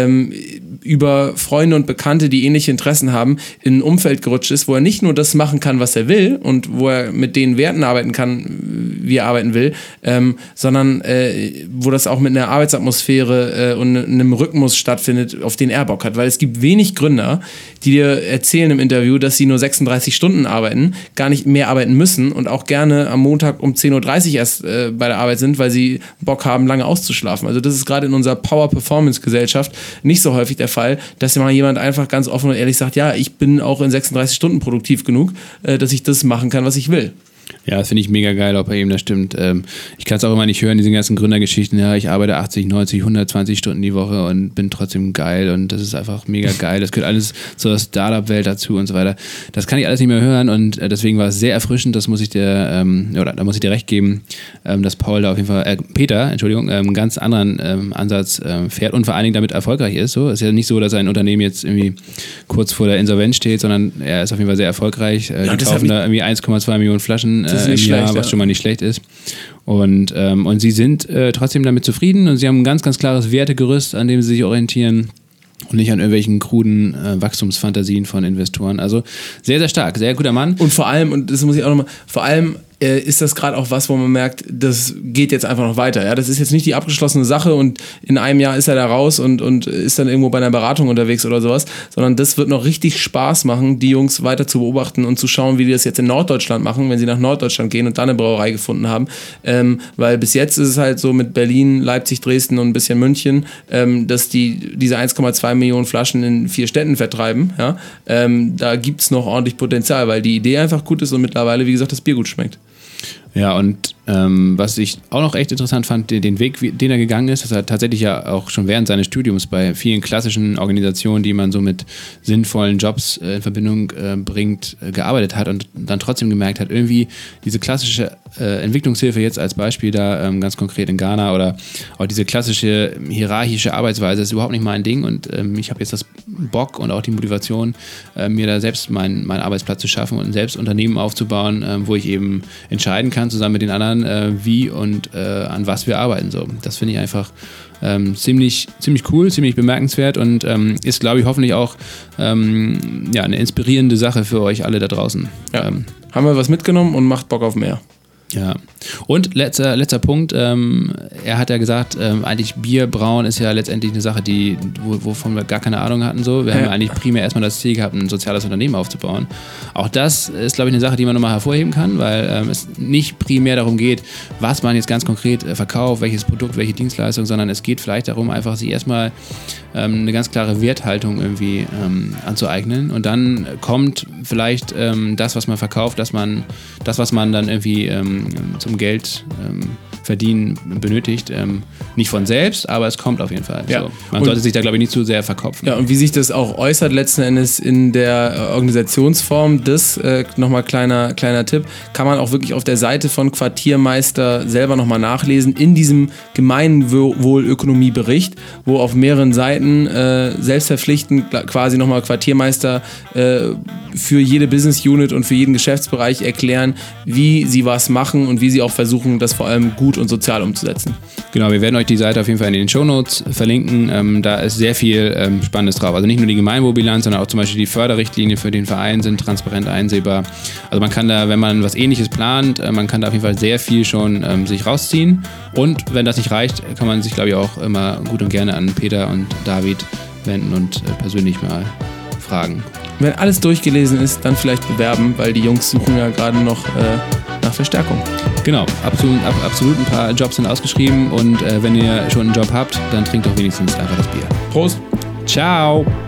über Freunde und Bekannte, die ähnliche Interessen haben, in ein Umfeld gerutscht ist, wo er nicht nur das machen kann, was er will und wo er mit den Werten arbeiten kann, wie er arbeiten will, sondern wo das auch mit einer Arbeitsatmosphäre und einem Rhythmus stattfindet, auf den er Bock hat. Weil es gibt wenig Gründer, die dir erzählen im Interview, dass sie nur 36 Stunden arbeiten, gar nicht mehr arbeiten müssen und auch gerne am Montag um 10.30 Uhr erst bei der Arbeit sind, weil sie Bock haben, lange auszuschlafen. Also das ist gerade in unserer Power-Performance-Gesellschaft nicht so häufig der Fall, dass mal jemand einfach ganz offen und ehrlich sagt, ja, ich bin auch in 36 Stunden produktiv genug, dass ich das machen kann, was ich will. Ja, das finde ich mega geil, ob bei ihm das stimmt. Ich kann es auch immer nicht hören, diese ganzen Gründergeschichten. Ja, ich arbeite 80, 90, 120 Stunden die Woche und bin trotzdem geil und das ist einfach mega geil. Das gehört alles zur Startup-Welt dazu und so weiter. Das kann ich alles nicht mehr hören und deswegen war es sehr erfrischend, das muss ich dir, da muss ich dir recht geben, dass Paul da auf jeden Fall, Peter, Entschuldigung, einen ganz anderen Ansatz fährt und vor allen Dingen damit erfolgreich ist. So. Es ist ja nicht so, dass ein Unternehmen jetzt irgendwie kurz vor der Insolvenz steht, sondern er ist auf jeden Fall sehr erfolgreich. Die kaufen da irgendwie 1,2 Millionen Flaschen im Jahr, was schon mal nicht schlecht ist. Und sie sind trotzdem damit zufrieden und sie haben ein ganz, ganz klares Wertegerüst, an dem sie sich orientieren und nicht an irgendwelchen kruden Wachstumsfantasien von Investoren. Also sehr, sehr stark, sehr guter Mann. Und vor allem, und das muss ich auch nochmal, vor allem ist das gerade auch was, wo man merkt, das geht jetzt einfach noch weiter. Ja? Das ist jetzt nicht die abgeschlossene Sache und in einem Jahr ist er da raus und ist dann irgendwo bei einer Beratung unterwegs oder sowas, sondern das wird noch richtig Spaß machen, die Jungs weiter zu beobachten und zu schauen, wie die das jetzt in Norddeutschland machen, wenn sie nach Norddeutschland gehen und da eine Brauerei gefunden haben. Weil bis jetzt ist es halt so mit Berlin, Leipzig, Dresden und ein bisschen München, dass diese 1,2 Millionen Flaschen in 4 Städten vertreiben. Ja? Da gibt es noch ordentlich Potenzial, weil die Idee einfach gut ist und mittlerweile, wie gesagt, das Bier gut schmeckt. Ja, und was ich auch noch echt interessant fand, den Weg, den er gegangen ist, dass er tatsächlich ja auch schon während seines Studiums bei vielen klassischen Organisationen, die man so mit sinnvollen Jobs in Verbindung bringt, gearbeitet hat und dann trotzdem gemerkt hat, irgendwie diese klassische Entwicklungshilfe jetzt als Beispiel da ganz konkret in Ghana oder auch diese klassische hierarchische Arbeitsweise ist überhaupt nicht mein Ding und ich habe jetzt das Bock und auch die Motivation, mir da selbst meinen Arbeitsplatz zu schaffen und selbst Unternehmen aufzubauen, wo ich eben entscheiden kann, zusammen mit den anderen, wie und an was wir arbeiten. So. Das finde ich einfach ziemlich cool, ziemlich bemerkenswert und ist, glaube ich, hoffentlich auch eine inspirierende Sache für euch alle da draußen. Ja. Haben wir was mitgenommen und macht Bock auf mehr. Ja. Und letzter Punkt, er hat ja gesagt, eigentlich Bier brauen ist ja letztendlich eine Sache, wovon wir gar keine Ahnung hatten. So. Wir haben ja eigentlich primär erstmal das Ziel gehabt, ein soziales Unternehmen aufzubauen. Auch das ist, glaube ich, eine Sache, die man nochmal hervorheben kann, weil es nicht primär darum geht, was man jetzt ganz konkret verkauft, welches Produkt, welche Dienstleistung, sondern es geht vielleicht darum, einfach sich erstmal eine ganz klare Werthaltung irgendwie anzueignen. Und dann kommt vielleicht das, was man verkauft, das, was man dann irgendwie zum Geld verdienen benötigt, nicht von selbst, aber es kommt auf jeden Fall. Ja. So. Man sollte sich da, glaube ich, nicht zu sehr verkopfen. Ja, und wie sich das auch äußert letzten Endes in der Organisationsform, das, nochmal kleiner Tipp, kann man auch wirklich auf der Seite von Quartiermeister selber nochmal nachlesen, in diesem Gemeinwohlökonomiebericht, wo auf mehreren Seiten selbstverpflichtend quasi nochmal Quartiermeister für jede Business Unit und für jeden Geschäftsbereich erklären, wie sie was machen und wie sie auch versuchen, das vor allem gut und sozial umzusetzen. Genau, wir werden euch die Seite auf jeden Fall in den Shownotes verlinken. Da ist sehr viel Spannendes drauf. Also nicht nur die Gemeinwohlbilanz, sondern auch zum Beispiel die Förderrichtlinien für den Verein sind transparent einsehbar. Also man kann da, wenn man was Ähnliches plant, man kann da auf jeden Fall sehr viel schon sich rausziehen. Und wenn das nicht reicht, kann man sich, glaube ich, auch immer gut und gerne an Peter und David wenden und persönlich mal fragen. Wenn alles durchgelesen ist, dann vielleicht bewerben, weil die Jungs suchen ja gerade noch nach Verstärkung. Genau, absolut ein paar Jobs sind ausgeschrieben und wenn ihr schon einen Job habt, dann trinkt doch wenigstens einfach das Bier. Prost! Ciao!